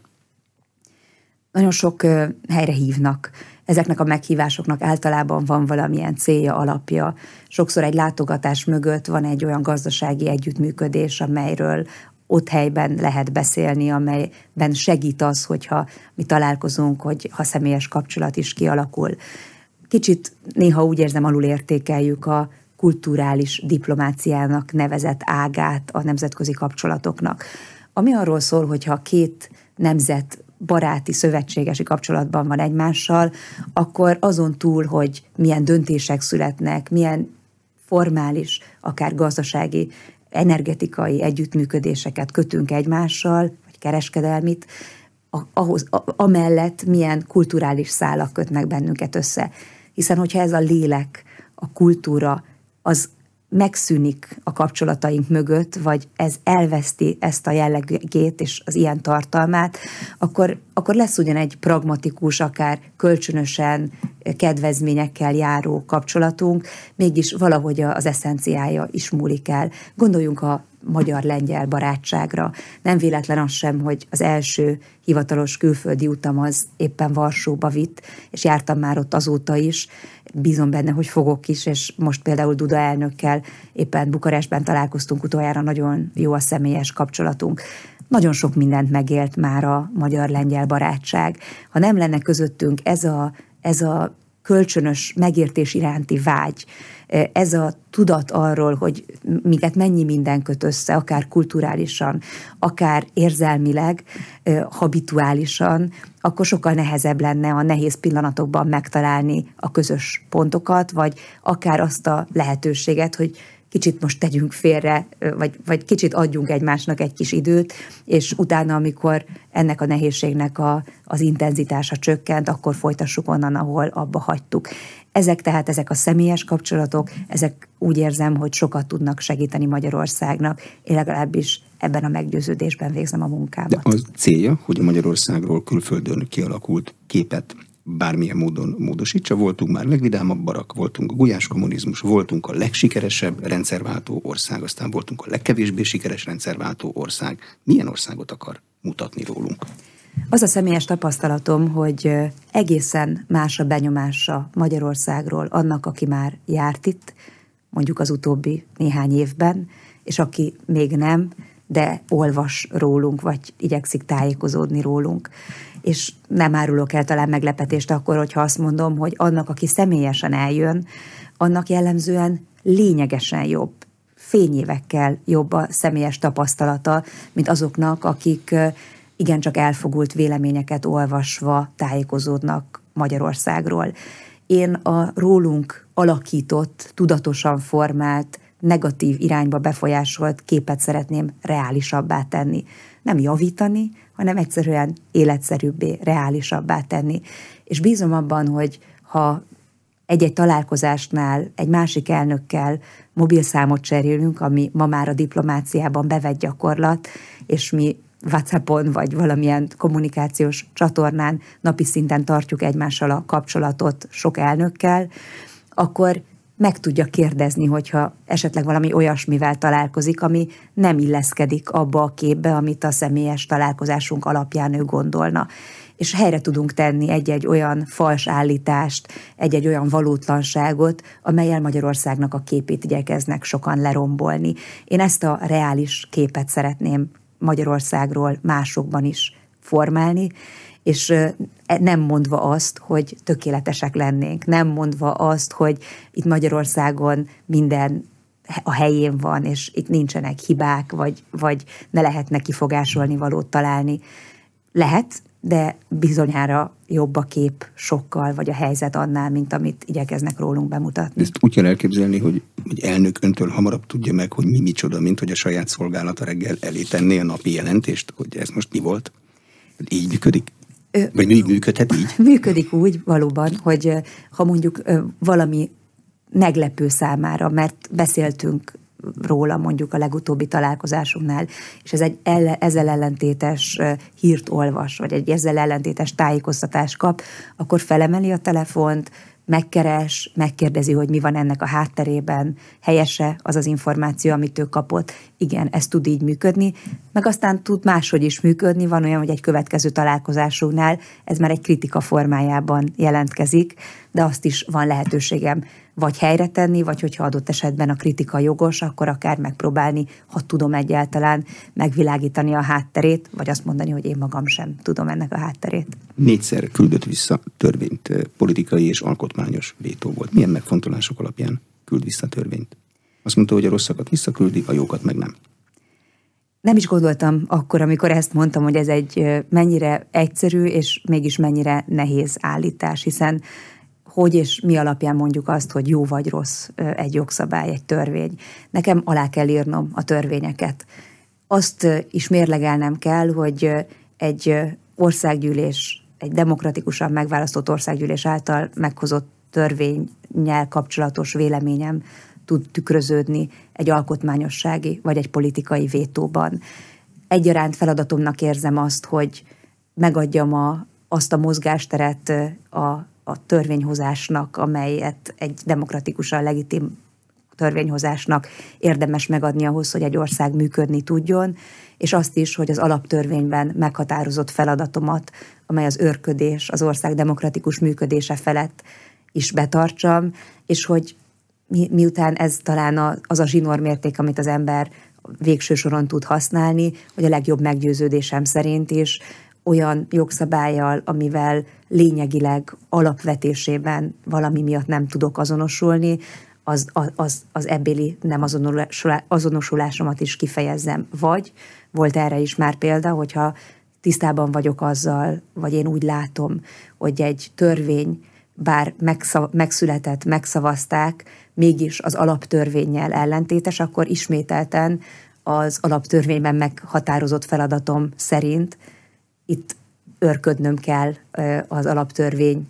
Nagyon sok helyre hívnak. Ezeknek a meghívásoknak általában van valamilyen célja, alapja. Sokszor egy látogatás mögött van egy olyan gazdasági együttműködés, amelyről ott helyben lehet beszélni, amelyben segít az, hogyha mi találkozunk, hogy ha személyes kapcsolat is kialakul. Kicsit néha úgy érzem, alul értékeljük a kulturális diplomáciának nevezett ágát a nemzetközi kapcsolatoknak. Ami arról szól, hogyha két nemzet baráti, szövetségesi kapcsolatban van egymással, akkor azon túl, hogy milyen döntések születnek, milyen formális, akár gazdasági, energetikai együttműködéseket kötünk egymással, vagy kereskedelmit, ahhoz, a, amellett milyen kulturális szálak kötnek bennünket össze. Hiszen, hogyha ez a lélek, a kultúra, az megszűnik a kapcsolataink mögött, vagy ez elveszti ezt a jellegét és az ilyen tartalmát, akkor, akkor lesz ugyan egy pragmatikus, akár kölcsönösen kedvezményekkel járó kapcsolatunk, mégis valahogy az eszenciája is múlik el. Gondoljunk a magyar-lengyel barátságra. Nem véletlen az sem, hogy az első hivatalos külföldi utam az éppen Varsóba vitt, és jártam már ott azóta is. Bízom benne, hogy fogok is, és most például Duda elnökkel éppen Bukarestben találkoztunk utoljára, nagyon jó a személyes kapcsolatunk. Nagyon sok mindent megélt már a magyar-lengyel barátság. Ha nem lenne közöttünk ez a, ez a kölcsönös megértés iránti vágy, ez a tudat arról, hogy minket mennyi minden köt össze, akár kulturálisan, akár érzelmileg, habituálisan, akkor sokkal nehezebb lenne a nehéz pillanatokban megtalálni a közös pontokat, vagy akár azt a lehetőséget, hogy kicsit most tegyünk félre, vagy, vagy kicsit adjunk egymásnak egy kis időt, és utána, amikor ennek a nehézségnek a, az intenzitása csökkent, akkor folytassuk onnan, ahol abba hagytuk. Ezek tehát, ezek a személyes kapcsolatok, ezek úgy érzem, hogy sokat tudnak segíteni Magyarországnak. Én legalábbis ebben a meggyőződésben végzem a munkámat. De az célja, hogy a Magyarországról külföldön kialakult képet bármilyen módon módosítsa. Voltunk már legvidámabbak, voltunk a gulyás kommunizmus, voltunk a legsikeresebb rendszerváltó ország, aztán voltunk a legkevésbé sikeres rendszerváltó ország. Milyen országot akar mutatni rólunk? Az a személyes tapasztalatom, hogy egészen más a benyomása Magyarországról annak, aki már járt itt, mondjuk az utóbbi néhány évben, és aki még nem, de olvas rólunk, vagy igyekszik tájékozódni rólunk. És nem árulok el talán meglepetést akkor, hogyha azt mondom, hogy annak, aki személyesen eljön, annak jellemzően lényegesen jobb, fényévekkel jobb a személyes tapasztalata, mint azoknak, akik igencsak elfogult véleményeket olvasva tájékozódnak Magyarországról. Én a rólunk alakított, tudatosan formált, negatív irányba befolyásolt képet szeretném reálisabbá tenni. Nem javítani, hanem egyszerűen életszerűbbé, reálisabbá tenni. És bízom abban, hogy ha egy-egy találkozásnál egy másik elnökkel mobilszámot cserélünk, ami ma már a diplomáciában bevett gyakorlat, és mi WhatsAppon vagy valamilyen kommunikációs csatornán napi szinten tartjuk egymással a kapcsolatot sok elnökkel, akkor meg tudja kérdezni, hogyha esetleg valami olyasmivel találkozik, ami nem illeszkedik abba a képbe, amit a személyes találkozásunk alapján ő gondolna. És helyre tudunk tenni egy-egy olyan fals állítást, egy-egy olyan valótlanságot, amellyel Magyarországnak a képét igyekeznek sokan lerombolni. Én ezt a reális képet szeretném Magyarországról másokban is formálni, és nem mondva azt, hogy tökéletesek lennénk, nem mondva azt, hogy itt Magyarországon minden a helyén van, és itt nincsenek hibák, vagy, vagy ne lehetne kifogásolni valót találni. Lehet, de bizonyára jobb a kép sokkal, vagy a helyzet annál, mint amit igyekeznek rólunk bemutatni. Ezt úgy kell elképzelni, hogy, hogy elnök öntől hamarabb tudja meg, hogy mi micsoda, mint hogy a saját szolgálata reggel elé tenné a napi jelentést, hogy ez most mi volt. Így működik? Vagy így működhet így? Működik úgy valóban, hogy ha mondjuk valami meglepő számára, mert beszéltünk róla mondjuk a legutóbbi találkozásunknál, és ez egy elle, ezzel ellentétes hírt olvas, vagy egy ezzel ellentétes tájékoztatást kap, akkor felemeli a telefont, megkeres, megkérdezi, hogy mi van ennek a hátterében, helyese az az információ, amit ő kapott. Igen, ez tud így működni, meg aztán tud máshogy is működni. Van olyan, hogy egy következő találkozásunknál ez már egy kritika formájában jelentkezik, de azt is van lehetőségem vagy helyre tenni, vagy hogyha adott esetben a kritika jogos, akkor akár megpróbálni, ha tudom egyáltalán, megvilágítani a hátterét, vagy azt mondani, hogy én magam sem tudom ennek a hátterét. Négyszer küldött vissza törvényt, politikai és alkotmányos vétó volt. Milyen megfontolások alapján küld vissza törvényt? Azt mondta, hogy a rosszakat visszaküldi, a jókat meg nem. Nem is gondoltam akkor, amikor ezt mondtam, hogy ez egy mennyire egyszerű, és mégis mennyire nehéz állítás, hiszen hogy és mi alapján mondjuk azt, hogy jó vagy rossz egy jogszabály, egy törvény. Nekem alá kell írnom a törvényeket. Azt is mérlegelnem kell, hogy egy országgyűlés, egy demokratikusan megválasztott országgyűlés által meghozott törvénnyel kapcsolatos véleményem tud tükröződni egy alkotmányossági vagy egy politikai vétóban. Egyaránt feladatomnak érzem azt, hogy megadjam a, azt a mozgásteret a a törvényhozásnak, amelyet egy demokratikusan legitim törvényhozásnak érdemes megadni ahhoz, hogy egy ország működni tudjon, és azt is, hogy az alaptörvényben meghatározott feladatomat, amely az őrködés, az ország demokratikus működése felett is betartsam, és hogy mi, miután ez talán az a zsinórmérték, amit az ember végső soron tud használni, hogy a legjobb meggyőződésem szerint is olyan jogszabállyal, amivel lényegileg alapvetésében valami miatt nem tudok azonosulni, az, az, az ebbéli nem azonosulásomat is kifejezzem. Vagy volt erre is már példa, hogyha tisztában vagyok azzal, vagy én úgy látom, hogy egy törvény bár megszav- megszületett, megszavazták, mégis az alaptörvénnyel ellentétes, akkor ismételten az alaptörvényben meghatározott feladatom szerint itt őrködnöm kell az alaptörvény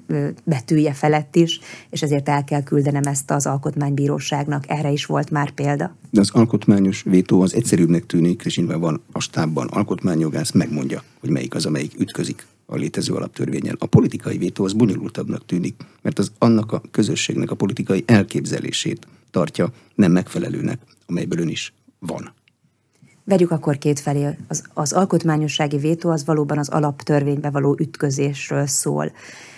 betűje felett is, és ezért el kell küldenem ezt az alkotmánybíróságnak. Erre is volt már példa. De az alkotmányos vétó az egyszerűbbnek tűnik, és nyilván van a stábban alkotmányjogász, megmondja, hogy melyik az, amelyik ütközik a létező alaptörvénnyel. A politikai vétó az bonyolultabbnak tűnik, mert az annak a közösségnek a politikai elképzelését tartja nem megfelelőnek, amelyből ön is van. Vegyük akkor kétfelé. Az, az alkotmányossági vétó az valóban az alaptörvénybe való ütközésről szól.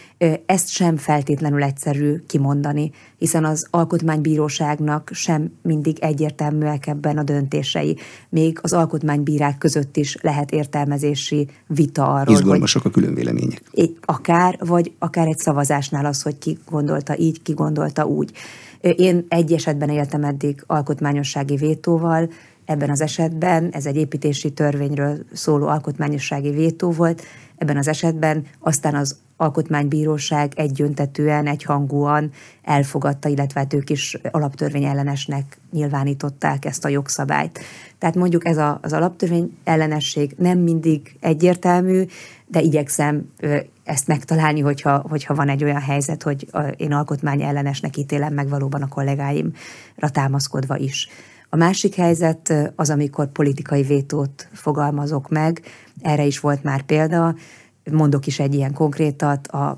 Ezt sem feltétlenül egyszerű kimondani, hiszen az alkotmánybíróságnak sem mindig egyértelműek ebben a döntései. Még az alkotmánybírák között is lehet értelmezési vita arról, izgalmasak hogy a külön vélemények. Akár, vagy akár egy szavazásnál az, hogy ki gondolta így, ki gondolta úgy. Én egy esetben éltem eddig alkotmányossági vétóval, ebben az esetben ez egy építési törvényről szóló alkotmányossági vétó volt, ebben az esetben aztán az alkotmánybíróság egyöntetűen, egyhangúan elfogadta, illetve hát ők is alaptörvény ellenesnek nyilvánították ezt a jogszabályt. Tehát mondjuk ez a, az alaptörvény ellenesség nem mindig egyértelmű, de igyekszem ezt megtalálni, hogyha, hogyha van egy olyan helyzet, hogy én alkotmány ellenesnek ítélem meg valóban a kollégáimra támaszkodva is. A másik helyzet az, amikor politikai vétót fogalmazok meg, erre is volt már példa, mondok is egy ilyen konkrétat, a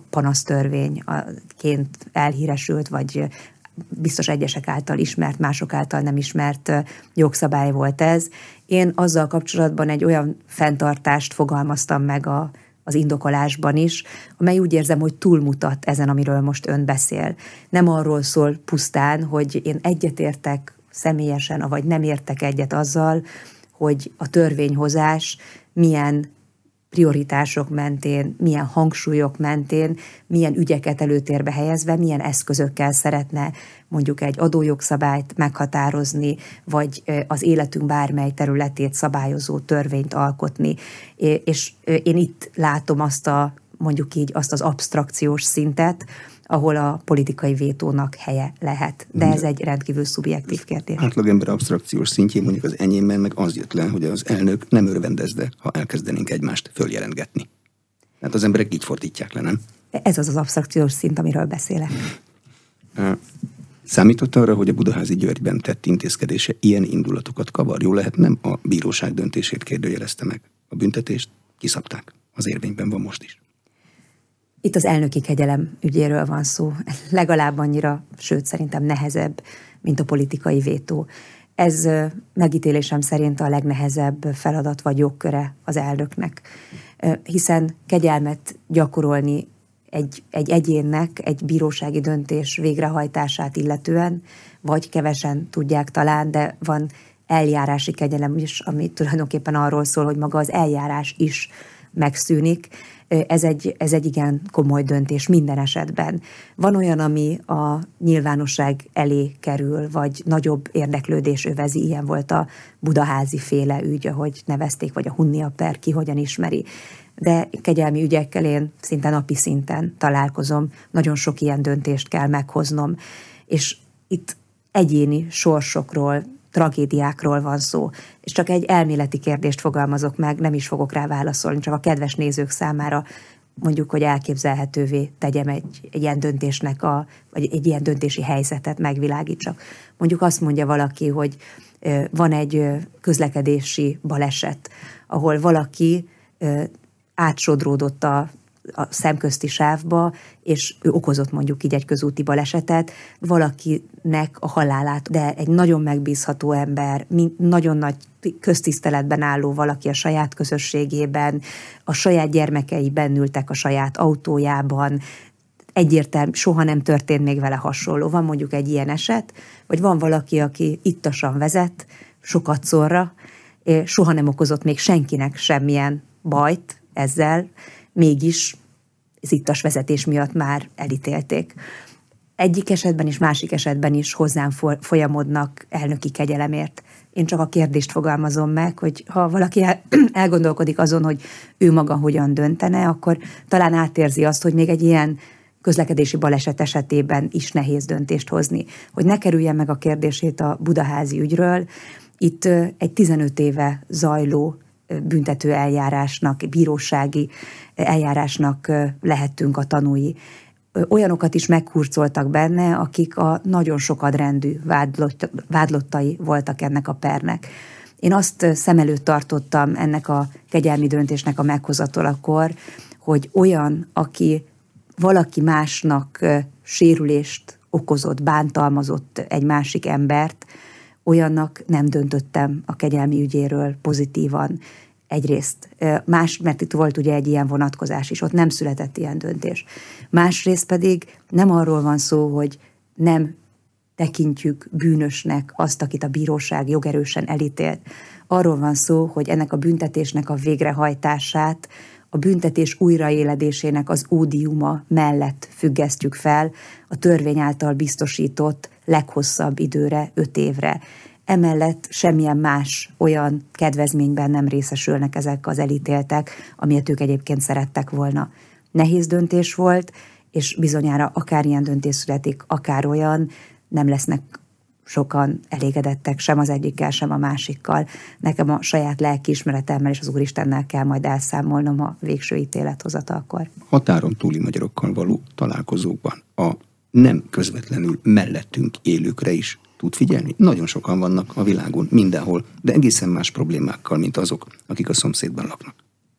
panasztörvényként elhíresült, vagy biztos egyesek által ismert, mások által nem ismert jogszabály volt ez. Én azzal kapcsolatban egy olyan fenntartást fogalmaztam meg a, az indokolásban is, amely úgy érzem, hogy túlmutat ezen, amiről most ön beszél. Nem arról szól pusztán, hogy én egyetértek személyesen, vagy nem értek egyet azzal, hogy a törvényhozás milyen prioritások mentén, milyen hangsúlyok mentén, milyen ügyeket előtérbe helyezve, milyen eszközökkel szeretne mondjuk egy adójogszabályt meghatározni, vagy az életünk bármely területét szabályozó törvényt alkotni. És én itt látom azt a, mondjuk így, azt az absztrakciós szintet, ahol a politikai vétónak helye lehet. De ez egy rendkívül szubjektív kérdés. Átlagember absztrakciós szintjén mondjuk az enyémben meg az jött le, hogy az elnök nem örvendezne, ha elkezdenénk egymást följelentgetni. Hát az emberek így fordítják le, nem? Ez az az absztrakciós szint, amiről beszélek. Számított arra, hogy a Budaházi Györgyben tett intézkedése ilyen indulatokat kavar? Jól lehet, nem a bíróság döntését kérdőjelezte meg. A büntetést kiszabták. Az érvényben van most is. Itt az elnöki kegyelem ügyéről van szó. Legalább annyira, sőt szerintem nehezebb, mint a politikai vétó. Ez megítélésem szerint a legnehezebb feladat vagy jogköre az elnöknek. Hiszen kegyelmet gyakorolni egy, egy egyénnek egy bírósági döntés végrehajtását illetően, vagy kevesen tudják talán, de van eljárási kegyelem is, ami tulajdonképpen arról szól, hogy maga az eljárás is megszűnik. Ez egy, ez egy igen komoly döntés minden esetben. Van olyan, ami a nyilvánosság elé kerül, vagy nagyobb érdeklődés övezi, ilyen volt a budaházi féle ügy, ahogy nevezték, vagy a Hunnia per, ki hogyan ismeri. De kegyelmi ügyekkel én szinte napi szinten találkozom, nagyon sok ilyen döntést kell meghoznom, és itt egyéni sorsokról, tragédiákról van szó. És csak egy elméleti kérdést fogalmazok meg, nem is fogok rá válaszolni, csak a kedves nézők számára mondjuk, hogy elképzelhetővé tegyem egy, egy ilyen döntésnek, a, vagy egy ilyen döntési helyzetet megvilágítsak. Mondjuk azt mondja valaki, hogy van egy közlekedési baleset, ahol valaki átsodródott a a szemközti sávba, és ő okozott mondjuk így egy közúti balesetet, valakinek a halálát, de egy nagyon megbízható ember, nagyon nagy köztiszteletben álló valaki a saját közösségében, a saját gyermekeiben ültek a saját autójában, egyértelmű, soha nem történt még vele hasonló. Van mondjuk egy ilyen eset, vagy van valaki, aki ittasan vezet, sokat szorra, soha nem okozott még senkinek semmilyen bajt ezzel, mégis az ittas vezetés miatt már elítélték. Egyik esetben és másik esetben is hozzám folyamodnak elnöki kegyelemért. Én csak a kérdést fogalmazom meg, hogy ha valaki elgondolkodik azon, hogy ő maga hogyan döntene, akkor talán átérzi azt, hogy még egy ilyen közlekedési baleset esetében is nehéz döntést hozni. Hogy ne kerüljen meg a kérdését a budaházi ügyről, itt egy tizenöt éve zajló büntető eljárásnak, bírósági eljárásnak lehettünk a tanúi. Olyanokat is meghurcoltak benne, akik a nagyon sokadrendű vádlott, vádlottai voltak ennek a pernek. Én azt szem előtt tartottam ennek a kegyelmi döntésnek a meghozatalakor, hogy olyan, aki valaki másnak sérülést okozott, bántalmazott egy másik embert, olyannak nem döntöttem a kegyelmi ügyéről pozitívan. Egyrészt. Más, mert itt volt ugye egy ilyen vonatkozás is, ott nem született ilyen döntés. Másrészt pedig nem arról van szó, hogy nem tekintjük bűnösnek azt, akit a bíróság jogerősen elítélt. Arról van szó, hogy ennek a büntetésnek a végrehajtását a büntetés újraéledésének az ódiuma mellett függesztjük fel a törvény által biztosított leghosszabb időre, öt évre. Emellett semmilyen más olyan kedvezményben nem részesülnek ezek az elítéltek, amilyet ők egyébként szerettek volna. Nehéz döntés volt, és bizonyára akár ilyen döntés születik, akár olyan, nem lesznek sokan elégedettek sem az egyikkel, sem a másikkal. Nekem a saját lelkiismeretemmel és az Úristennel kell majd elszámolnom a végső ítélethozatalkor. Határon túli magyarokkal való találkozókban a nem közvetlenül mellettünk élőkre is tud figyelni. Nagyon sokan vannak a világon, mindenhol, de egészen más problémákkal, mint azok, akik a szomszédban laknak.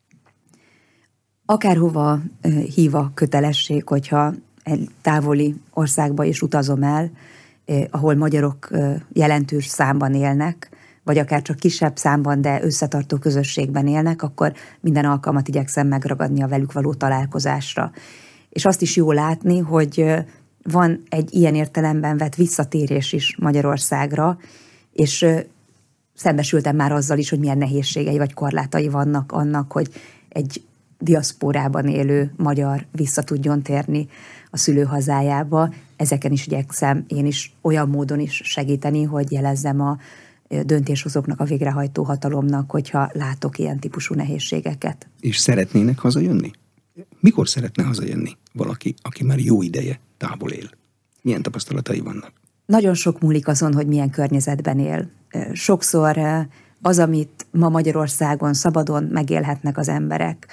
Akárhova hív a kötelesség, hogyha egy távoli országba is utazom el, ahol magyarok jelentős számban élnek, vagy akár csak kisebb számban, de összetartó közösségben élnek, akkor minden alkalmat igyekszem megragadni a velük való találkozásra. És azt is jó látni, hogy van egy ilyen értelemben vett visszatérés is Magyarországra, és szembesültem már azzal is, hogy milyen nehézségei vagy korlátai vannak annak, hogy egy diaszpórában élő magyar vissza tudjon térni a szülőhazájába. Ezeken is igyekszem én is olyan módon is segíteni, hogy jelezzem a döntéshozóknak, a végrehajtó hatalomnak, hogyha látok ilyen típusú nehézségeket. És szeretnének hazajönni? Mikor szeretne hazajönni valaki, aki már jó ideje távol él? Milyen tapasztalatai vannak? Nagyon sok múlik azon, hogy milyen környezetben él. Sokszor az, amit ma Magyarországon szabadon megélhetnek az emberek,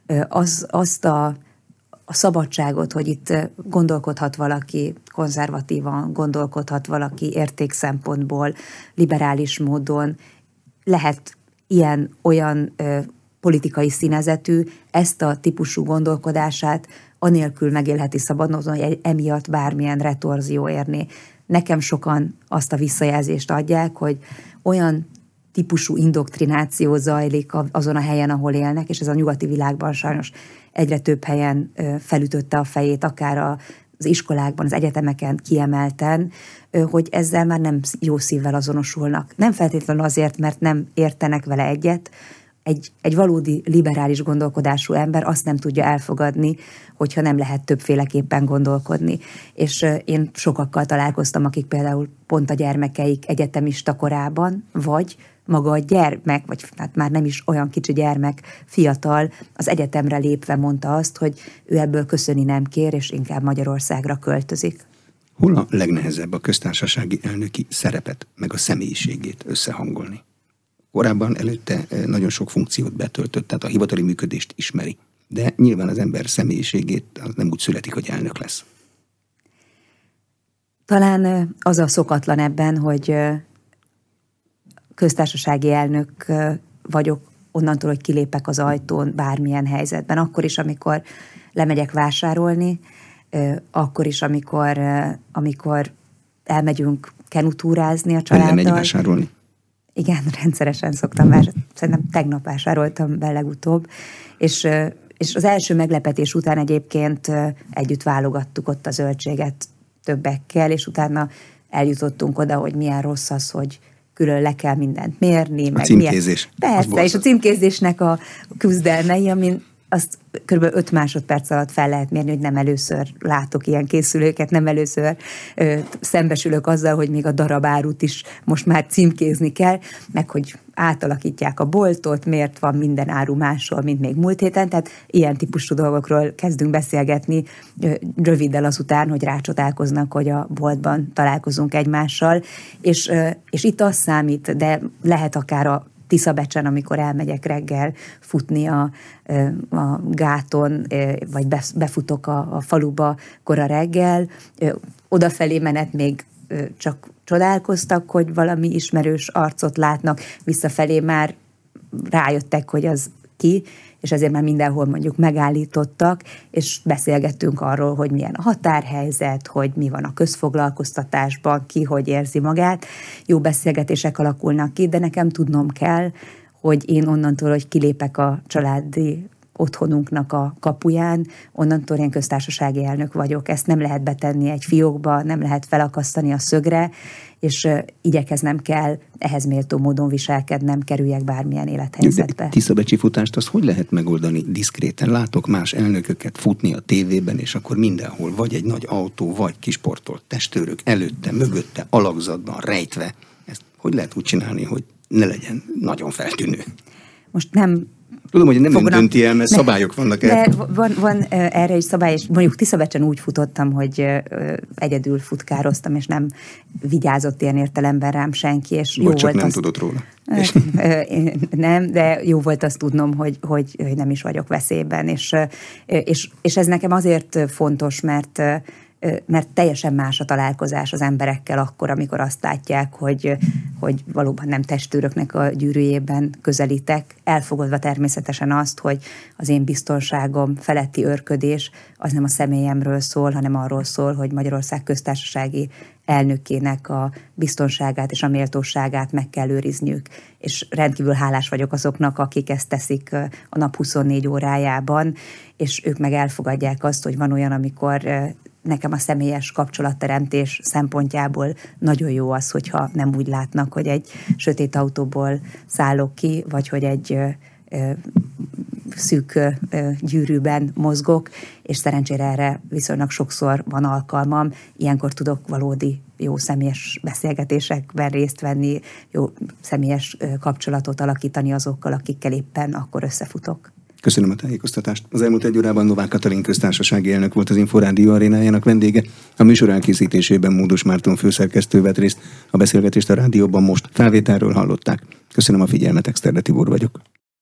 az, azt a, a szabadságot, hogy itt gondolkodhat valaki konzervatívan, gondolkodhat valaki értékszempontból, liberális módon, lehet ilyen-olyan politikai színezetű, ezt a típusú gondolkodását anélkül megélheti szabadon, hogy emiatt bármilyen retorzió érné. Nekem sokan azt a visszajelzést adják, hogy olyan típusú indoktrináció zajlik azon a helyen, ahol élnek, és ez a nyugati világban sajnos egyre több helyen felütötte a fejét, akár az iskolákban, az egyetemeken kiemelten, hogy ezzel már nem jó szívvel azonosulnak. Nem feltétlenül azért, mert nem értenek vele egyet, Egy, egy valódi liberális gondolkodású ember azt nem tudja elfogadni, hogyha nem lehet többféleképpen gondolkodni. És én sokakkal találkoztam, akik például pont a gyermekeik egyetemista korában, vagy maga a gyermek, vagy hát már nem is olyan kicsi gyermek, fiatal, az egyetemre lépve mondta azt, hogy ő ebből köszöni nem kér, és inkább Magyarországra költözik. Hol a legnehezebb a köztársasági elnöki szerepet, meg a személyiségét összehangolni? Korábban előtte nagyon sok funkciót betöltött, tehát a hivatali működést ismeri. De nyilván az ember személyiségét az nem úgy születik, hogy elnök lesz. Talán az a szokatlan ebben, hogy köztársasági elnök vagyok onnantól, hogy kilépek az ajtón bármilyen helyzetben. Akkor is, amikor lemegyek vásárolni, akkor is, amikor, amikor elmegyünk kenutúrázni a családdal. Nem megy vásárolni? Igen, rendszeresen szoktam vásárolni. Szerintem tegnap vásároltam be legutóbb. És, és az első meglepetés után egyébként együtt válogattuk ott a zöldséget többekkel, és utána eljutottunk oda, hogy milyen rossz az, hogy külön le kell mindent mérni. A meg címkézés. Milyen... Persze, és a címkézésnek a küzdelmei, amin azt kb. öt másodperc alatt fel lehet mérni, hogy nem először látok ilyen készülőket, nem először ö, szembesülök azzal, hogy még a darabárut is most már címkézni kell, meg hogy átalakítják a boltot, miért van minden áru máshol, mint még múlt héten, tehát ilyen típusú dolgokról kezdünk beszélgetni ö, röviddel azután, hogy rácsodálkoznak, hogy a boltban találkozunk egymással, és, ö, és itt az számít, de lehet akár a Tiszabecsen, amikor elmegyek reggel futni a, a gáton, vagy befutok a, a faluba kora reggel, odafelé menet még csak csodálkoztak, hogy valami ismerős arcot látnak, visszafelé már rájöttek, hogy az ki, és ezért már mindenhol mondjuk megállítottak, és beszélgettünk arról, hogy milyen a határhelyzet, hogy mi van a közfoglalkoztatásban, ki hogy érzi magát. Jó beszélgetések alakulnak ki, de nekem tudnom kell, hogy én onnantól, hogy kilépek a családi otthonunknak a kapuján, onnantól én köztársasági elnök vagyok. Ezt nem lehet betenni egy fiókba, nem lehet felakasztani a szögre, és igyekeznem kell ehhez méltó módon viselkednem, kerüljek bármilyen élethelyzetbe. Tiszabecsi futást azt hogy lehet megoldani diszkréten? Látok más elnököket futni a tévében, és akkor mindenhol vagy egy nagy autó, vagy kisportolt testőrök előtte, mögötte, alakzatban, rejtve. Ezt hogy lehet úgy csinálni, hogy ne legyen nagyon feltűnő? Most nem Tudom, hogy nem fognak, ön dönti el, mert ne, szabályok vannak erre. Van, van erre is szabály, és mondjuk Tiszabecsen úgy futottam, hogy egyedül futkároztam, és nem vigyázott ilyen értelemben rám senki. És Vagy jó csak volt nem azt, tudott róla. Nem, de jó volt azt tudnom, hogy, hogy, hogy nem is vagyok veszélyben. És, és, és ez nekem azért fontos, mert mert teljesen más a találkozás az emberekkel akkor, amikor azt látják, hogy, hogy valóban nem testőröknek a gyűrűjében közelítek, elfogadva természetesen azt, hogy az én biztonságom feletti őrködés az nem a személyemről szól, hanem arról szól, hogy Magyarország köztársasági elnökének a biztonságát és a méltóságát meg kell őrizniük. És rendkívül hálás vagyok azoknak, akik ezt teszik a nap huszonnégy órájában, és ők meg elfogadják azt, hogy van olyan, amikor nekem a személyes kapcsolatteremtés szempontjából nagyon jó az, hogyha nem úgy látnak, hogy egy sötét autóból szállok ki, vagy hogy egy ö, ö, szűk ö, gyűrűben mozgok, és szerencsére erre viszonylag sokszor van alkalmam. Ilyenkor tudok valódi jó személyes beszélgetésekben részt venni, jó személyes kapcsolatot alakítani azokkal, akikkel éppen akkor összefutok. Köszönöm a tájékoztatást. Az elmúlt egy órában Novák Katalin köztársasági elnök volt az Inforádió arénájának vendége. A műsor elkészítésében Módos Márton főszerkesztő vett részt. A beszélgetést a rádióban most felvételről hallották. Köszönöm a figyelmet, Exterde Tibor vagyok.